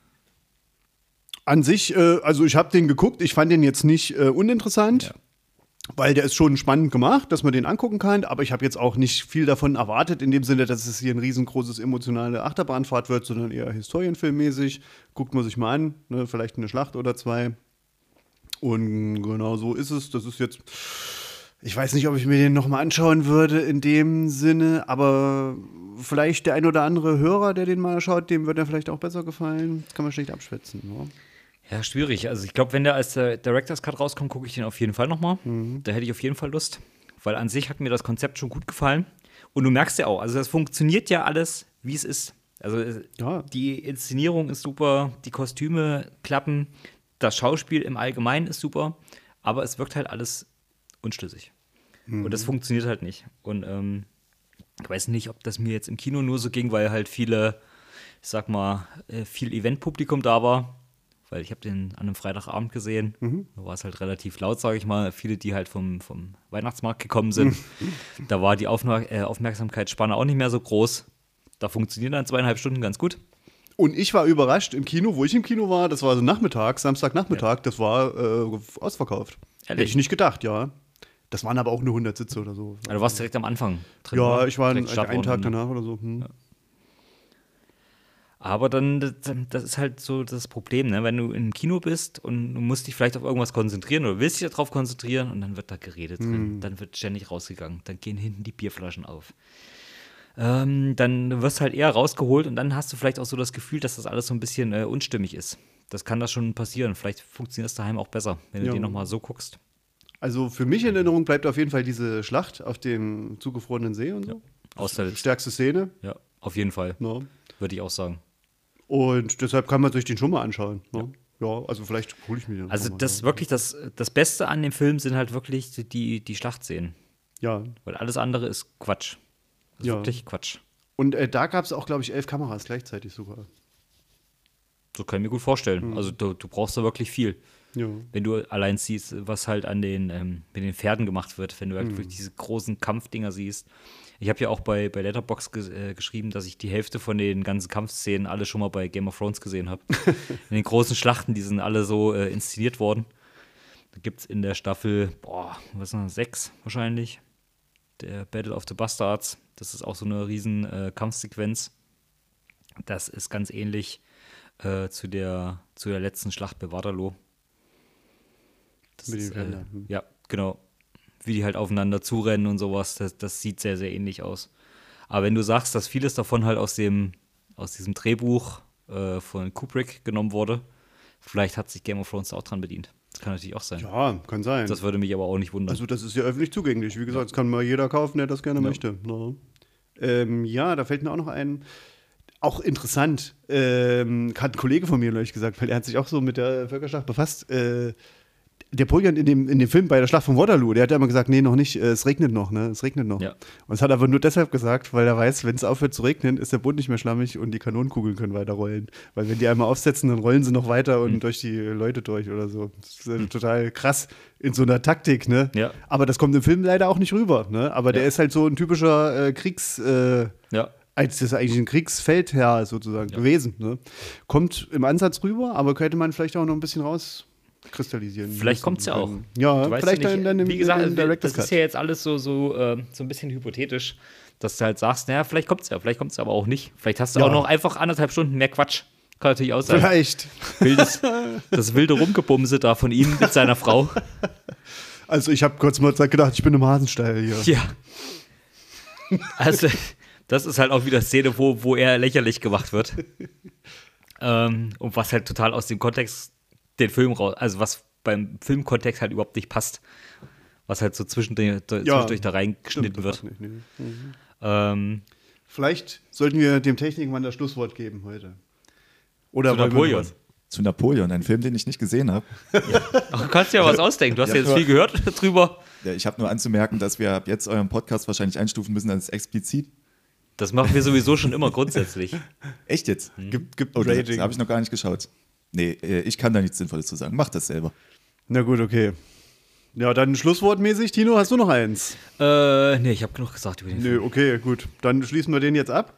Speaker 1: An sich, äh, also ich habe den geguckt, ich fand den jetzt nicht äh, uninteressant,
Speaker 2: Ja.
Speaker 1: weil der ist schon spannend gemacht, dass man den angucken kann, aber ich habe jetzt auch nicht viel davon erwartet, in dem Sinne, dass es hier ein riesengroßes emotionale Achterbahnfahrt wird, sondern eher historienfilmmäßig. Guckt man sich mal an, ne? Vielleicht eine Schlacht oder zwei. Und genau so ist es. Das ist jetzt, ich weiß nicht, ob ich mir den nochmal anschauen würde in dem Sinne, aber vielleicht der ein oder andere Hörer, der den mal schaut, dem wird er vielleicht auch besser gefallen. Das kann man schlecht abschwätzen. Ne?
Speaker 2: Ja, schwierig. Also ich glaube, wenn der als der Director's Cut rauskommt, gucke ich den auf jeden Fall nochmal.
Speaker 1: Mhm.
Speaker 2: Da hätte ich auf jeden Fall Lust. Weil an sich hat mir das Konzept schon gut gefallen. Und du merkst ja auch, also das funktioniert ja alles, wie es ist. Also äh,
Speaker 1: Ja.
Speaker 2: die Inszenierung ist super, die Kostüme klappen, das Schauspiel im Allgemeinen ist super, aber es wirkt halt alles unschlüssig. Und das funktioniert halt nicht. Und ähm, ich weiß nicht, ob das mir jetzt im Kino nur so ging, weil halt viele, ich sag mal, äh, viel Eventpublikum da war. Weil ich habe den an einem Freitagabend gesehen. Da war es halt relativ laut, sage ich mal. Viele, die halt vom, vom Weihnachtsmarkt gekommen sind. Da war die Aufmer- äh, Aufmerksamkeitsspanne auch nicht mehr so groß. Da funktionieren dann zweieinhalb Stunden ganz gut.
Speaker 1: Und ich war überrascht im Kino, wo ich im Kino war, das war so Nachmittag, Samstagnachmittag, das war äh, ausverkauft. Hätte
Speaker 2: Ehrlich?
Speaker 1: ich nicht gedacht, ja. Das waren aber auch nur hundert Sitze oder so.
Speaker 2: Also du warst direkt am Anfang drin.
Speaker 1: Ja,
Speaker 2: oder?
Speaker 1: ich war
Speaker 2: Direkt
Speaker 1: einen, einen Tag
Speaker 2: Startwochenende.
Speaker 1: danach oder so. Hm.
Speaker 2: Aber dann, das- das ist halt so das Problem, ne? Wenn du im Kino bist und du musst dich vielleicht auf irgendwas konzentrieren oder willst dich darauf konzentrieren und dann wird da geredet drin, dann wird ständig rausgegangen, dann gehen hinten die Bierflaschen auf. Ähm, dann wirst du halt eher rausgeholt und dann hast du vielleicht auch so das Gefühl, dass das alles so ein bisschen äh, unstimmig ist. Das kann das schon passieren. Vielleicht funktioniert es daheim auch besser, wenn du
Speaker 1: Ja.
Speaker 2: den nochmal so guckst.
Speaker 1: Also für mich in Erinnerung bleibt auf jeden Fall diese Schlacht auf dem zugefrorenen See und so.
Speaker 2: Aus der,
Speaker 1: Stärkste Szene.
Speaker 2: ja, auf jeden Fall,
Speaker 1: Ne?
Speaker 2: würde ich auch sagen.
Speaker 1: Und deshalb kann man sich den schon mal anschauen. Ne? Ja. also vielleicht hole ich mir den.
Speaker 2: Also
Speaker 1: noch mal,
Speaker 2: das
Speaker 1: ja.
Speaker 2: wirklich, das, das Beste an dem Film sind halt wirklich die, die Schlachtszenen.
Speaker 1: Ja.
Speaker 2: Weil alles andere ist Quatsch. Das ist
Speaker 1: Ja.
Speaker 2: wirklich Quatsch.
Speaker 1: Und äh, da gab es auch, glaube ich, elf Kameras gleichzeitig sogar.
Speaker 2: So kann ich mir gut vorstellen. Also du, du brauchst da wirklich viel.
Speaker 1: Ja.
Speaker 2: Wenn du allein siehst, was halt an den, ähm, mit den Pferden gemacht wird, wenn du halt wirklich diese großen Kampfdinger siehst. Ich habe ja auch bei, bei Letterboxd ge- äh, geschrieben, dass ich die Hälfte von den ganzen Kampfszenen alle schon mal bei Game of Thrones gesehen habe. In den großen Schlachten, die sind alle so äh, inszeniert worden. Da gibt es in der Staffel, boah, was ist das, sechs wahrscheinlich, der Battle of the Bastards. Das ist auch so eine riesen äh, Kampfsequenz. Das ist ganz ähnlich äh, zu, der, zu der letzten Schlacht bei Waterloo. Das
Speaker 1: Mit den
Speaker 2: ist,
Speaker 1: Pferden,
Speaker 2: äh,
Speaker 1: ja. Hm.
Speaker 2: ja, genau. Wie die halt aufeinander zurennen und sowas, das, das sieht sehr, sehr ähnlich aus. Aber wenn du sagst, dass vieles davon halt aus dem, aus diesem Drehbuch äh, von Kubrick genommen wurde, vielleicht hat sich Game of Thrones da auch dran bedient. Das kann natürlich auch sein.
Speaker 1: Ja, kann sein.
Speaker 2: Das würde mich aber auch nicht wundern.
Speaker 1: Also das ist ja öffentlich zugänglich. Wie gesagt, das kann mal jeder kaufen, der das gerne
Speaker 2: Ja.
Speaker 1: möchte. Ne? Ähm, ja, da fällt mir auch noch ein, auch interessant, ähm, hat ein Kollege von mir neulich gesagt, weil er hat sich auch so mit der Völkerschlacht befasst. Äh, der Napoleon in dem, in dem Film bei der Schlacht von Waterloo, der hat ja immer gesagt, nee, noch nicht, äh, es regnet noch, ne? Es regnet noch.
Speaker 2: Ja.
Speaker 1: Und es hat aber nur deshalb gesagt, weil er weiß, wenn es aufhört zu regnen, ist der Boden nicht mehr schlammig und die Kanonenkugeln können weiter rollen. Weil wenn die einmal aufsetzen, dann rollen sie noch weiter und
Speaker 2: Mhm.
Speaker 1: durch die Leute durch oder so. Das ist äh, total krass in so einer Taktik, ne?
Speaker 2: Ja.
Speaker 1: Aber das kommt im Film leider auch nicht rüber, ne? Aber der
Speaker 2: Ja.
Speaker 1: ist halt so ein typischer äh, Kriegs... Äh,
Speaker 2: Ja.
Speaker 1: als das ist eigentlich ein Kriegsfeldherr sozusagen
Speaker 2: Ja.
Speaker 1: gewesen. Ne? Kommt im Ansatz rüber, aber könnte man vielleicht auch noch ein bisschen raus kristallisieren.
Speaker 2: Vielleicht kommt es ja auch.
Speaker 1: Ja,
Speaker 2: Du weißt
Speaker 1: vielleicht
Speaker 2: ja
Speaker 1: dann,
Speaker 2: nicht,
Speaker 1: dann im,
Speaker 2: wie gesagt,
Speaker 1: im Director's
Speaker 2: das ist
Speaker 1: Cut.
Speaker 2: ja jetzt alles so, so, äh, so ein bisschen hypothetisch, dass du halt sagst, naja, vielleicht kommt es ja, vielleicht kommt es aber auch nicht. Vielleicht hast du
Speaker 1: Ja.
Speaker 2: auch noch einfach anderthalb Stunden mehr Quatsch. Kann natürlich auch sein.
Speaker 1: Vielleicht.
Speaker 2: Wildes, das wilde Rumgebumse da von ihm mit seiner Frau.
Speaker 1: Also ich habe kurz mal gedacht, ich bin im Hasenstall hier.
Speaker 2: Ja. Also, das ist halt auch wieder Szene, wo, wo er lächerlich gemacht wird. ähm, und was halt total aus dem Kontext den Film raus, also was beim Filmkontext halt überhaupt nicht passt. Was halt so zwischendurch, zwischendurch da reingeschnitten
Speaker 1: Stimmt,
Speaker 2: wird.
Speaker 1: das passt nicht, nee. Mhm.
Speaker 2: Ähm,
Speaker 1: Vielleicht sollten wir dem Technikmann das Schlusswort geben heute. Oder
Speaker 2: Zu
Speaker 1: wollen wir noch
Speaker 2: Napoleon.
Speaker 1: was?
Speaker 3: Zu Napoleon, ein Film, den ich nicht gesehen habe.
Speaker 2: Ach, du kannst ja was ausdenken. Du hast ja,
Speaker 3: Ja,
Speaker 2: jetzt
Speaker 3: aber-
Speaker 2: viel gehört drüber.
Speaker 3: Ja, ich habe nur anzumerken, dass wir ab jetzt euren Podcast wahrscheinlich einstufen müssen als explizit.
Speaker 2: Das machen wir sowieso schon immer grundsätzlich.
Speaker 3: Echt jetzt?
Speaker 1: Gibt, gibt
Speaker 3: Oh,
Speaker 1: ein
Speaker 3: das
Speaker 1: Rating.
Speaker 3: habe ich noch gar nicht geschaut. Nee, äh, ich kann da nichts Sinnvolles zu sagen. Mach das selber.
Speaker 1: Na gut, okay. Ja, dann schlusswortmäßig. Tino, hast du noch eins?
Speaker 2: äh, nee, ich habe genug gesagt über den Film.
Speaker 1: Nö, okay, gut. Dann schließen wir den jetzt ab.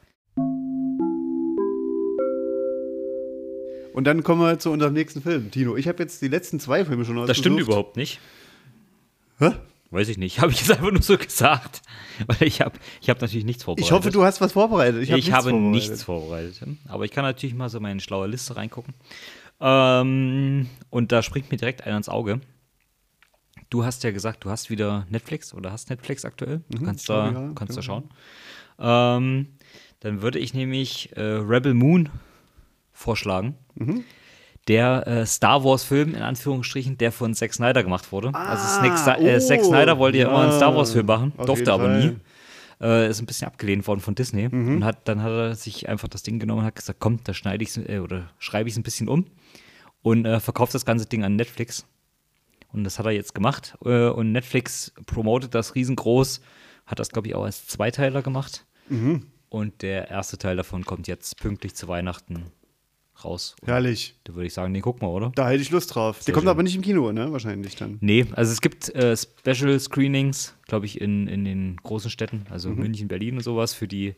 Speaker 1: Und dann kommen wir zu unserem nächsten Film. Tino, ich habe jetzt die letzten zwei Filme schon ausgesucht.
Speaker 2: Das stimmt überhaupt nicht.
Speaker 1: Hä?
Speaker 2: Weiß ich nicht. Habe ich jetzt einfach nur so gesagt. Weil ich habe ich hab natürlich nichts vorbereitet.
Speaker 1: Ich hoffe, du hast was vorbereitet.
Speaker 2: Ich,
Speaker 1: hab nichts
Speaker 2: habe
Speaker 1: vorbereitet.
Speaker 2: nichts vorbereitet. Aber ich kann natürlich mal so meine schlaue Liste reingucken. Ähm, und da springt mir direkt einer ins Auge. Du hast ja gesagt, du hast wieder Netflix oder hast Netflix aktuell. Du kannst
Speaker 1: ich
Speaker 2: da,
Speaker 1: glaube, ja,
Speaker 2: kannst da
Speaker 1: glaube,
Speaker 2: schauen. Ähm, dann würde ich nämlich äh, Rebel Moon vorschlagen.
Speaker 1: Mhm.
Speaker 2: Der äh, Star Wars-Film, in Anführungsstrichen, der von Zack Snyder gemacht wurde.
Speaker 1: Ah,
Speaker 2: also Snack, Sta- äh, Zack
Speaker 1: oh,
Speaker 2: Snyder wollte ja,
Speaker 1: ja,
Speaker 2: immer einen Star Wars-Film machen,
Speaker 1: auf
Speaker 2: durfte
Speaker 1: jeden
Speaker 2: aber
Speaker 1: Fall.
Speaker 2: nie. Äh, ist ein bisschen abgelehnt worden von Disney.
Speaker 1: Mhm.
Speaker 2: Und hat, dann hat er sich einfach das Ding genommen und hat gesagt, komm, da schneide ich äh, oder schreibe ich es ein bisschen um und äh, verkauft das ganze Ding an Netflix. Und das hat er jetzt gemacht. Äh, und Netflix promotet das riesengroß, hat das, glaube ich, auch als Zweiteiler gemacht.
Speaker 1: Mhm.
Speaker 2: Und der erste Teil davon kommt jetzt pünktlich zu Weihnachten raus. Und
Speaker 1: Herrlich.
Speaker 2: da würde ich sagen, den gucken wir, oder?
Speaker 1: Da hätte ich Lust drauf. Der
Speaker 2: Sehr
Speaker 1: kommt
Speaker 2: schön.
Speaker 1: aber nicht im Kino, ne? Wahrscheinlich dann.
Speaker 2: Nee, also es gibt äh, Special Screenings, glaube ich, in, in den großen Städten, also
Speaker 1: Mhm.
Speaker 2: München, Berlin und sowas, für die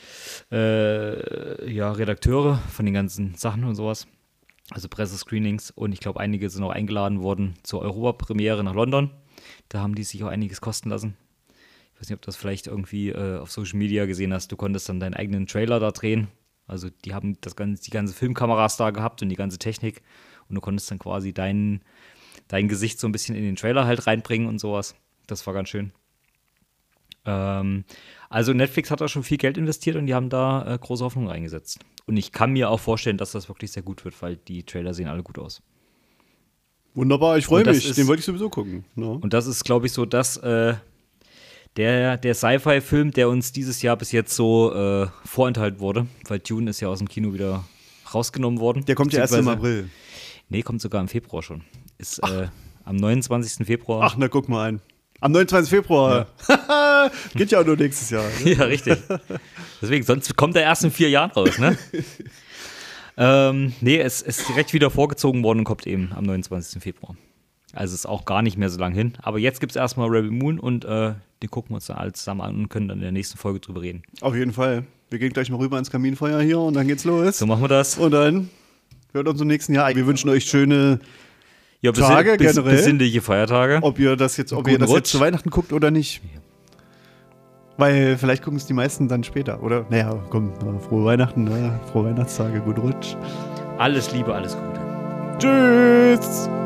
Speaker 2: äh, ja, Redakteure von den ganzen Sachen und sowas. Also Pressescreenings. Und ich glaube, einige sind auch eingeladen worden zur Europapremiere nach London. Da haben die sich auch einiges kosten lassen. Ich weiß nicht, ob du das vielleicht irgendwie äh, auf Social Media gesehen hast. Du konntest dann deinen eigenen Trailer da drehen. Also die haben das ganze, die ganze Filmkameras da gehabt und die ganze Technik. Und du konntest dann quasi dein, dein Gesicht so ein bisschen in den Trailer halt reinbringen und sowas. Das war ganz schön. Ähm, also Netflix hat da schon viel Geld investiert und die haben da äh, große Hoffnung reingesetzt. Und ich kann mir auch vorstellen, dass das wirklich sehr gut wird, weil die Trailer sehen alle gut aus.
Speaker 1: Wunderbar, ich freue
Speaker 2: Und das
Speaker 1: mich.
Speaker 2: ist-
Speaker 1: Den wollte ich sowieso gucken. Ja.
Speaker 2: Und das ist, glaube ich, so das, äh, der, der Sci-Fi-Film, der uns dieses Jahr bis jetzt so äh, vorenthalten wurde, weil Dune ist ja aus dem Kino wieder rausgenommen worden.
Speaker 1: Der kommt ja erst im
Speaker 2: Beziehungsweise-
Speaker 1: April.
Speaker 2: Nee, kommt sogar im Februar schon. Ist äh, am neunundzwanzigsten Februar.
Speaker 1: Ach, na guck mal ein. Am neunundzwanzigsten Februar. Geht ja auch nur nächstes Jahr. Ne?
Speaker 2: Ja, richtig. Deswegen, sonst kommt er erst in vier Jahren raus, ne? ähm, nee, es ist direkt wieder vorgezogen worden und kommt eben am neunundzwanzigsten Februar. Also ist auch gar nicht mehr so lang hin. Aber jetzt gibt es erstmal Rebel Moon und äh, den gucken wir uns dann alle zusammen an und können dann in der nächsten Folge drüber reden.
Speaker 1: Auf jeden Fall. Wir gehen gleich mal rüber ins Kaminfeuer hier und dann geht's los.
Speaker 2: So machen wir das.
Speaker 1: Und dann hört uns im nächsten Jahr. Wir wünschen euch schöne,
Speaker 2: Ja, besin-
Speaker 1: Tage
Speaker 2: bes-
Speaker 1: generell?
Speaker 2: Besinnliche Feiertage.
Speaker 1: ob ihr das jetzt, ob
Speaker 2: Guten
Speaker 1: ihr das
Speaker 2: Rutsch.
Speaker 1: jetzt zu Weihnachten guckt oder nicht. Weil vielleicht gucken es die meisten dann später, oder? Naja, komm, äh, frohe Weihnachten, ne? Frohe Weihnachtstage, gut Rutsch.
Speaker 2: Alles Liebe, alles Gute.
Speaker 1: Tschüss!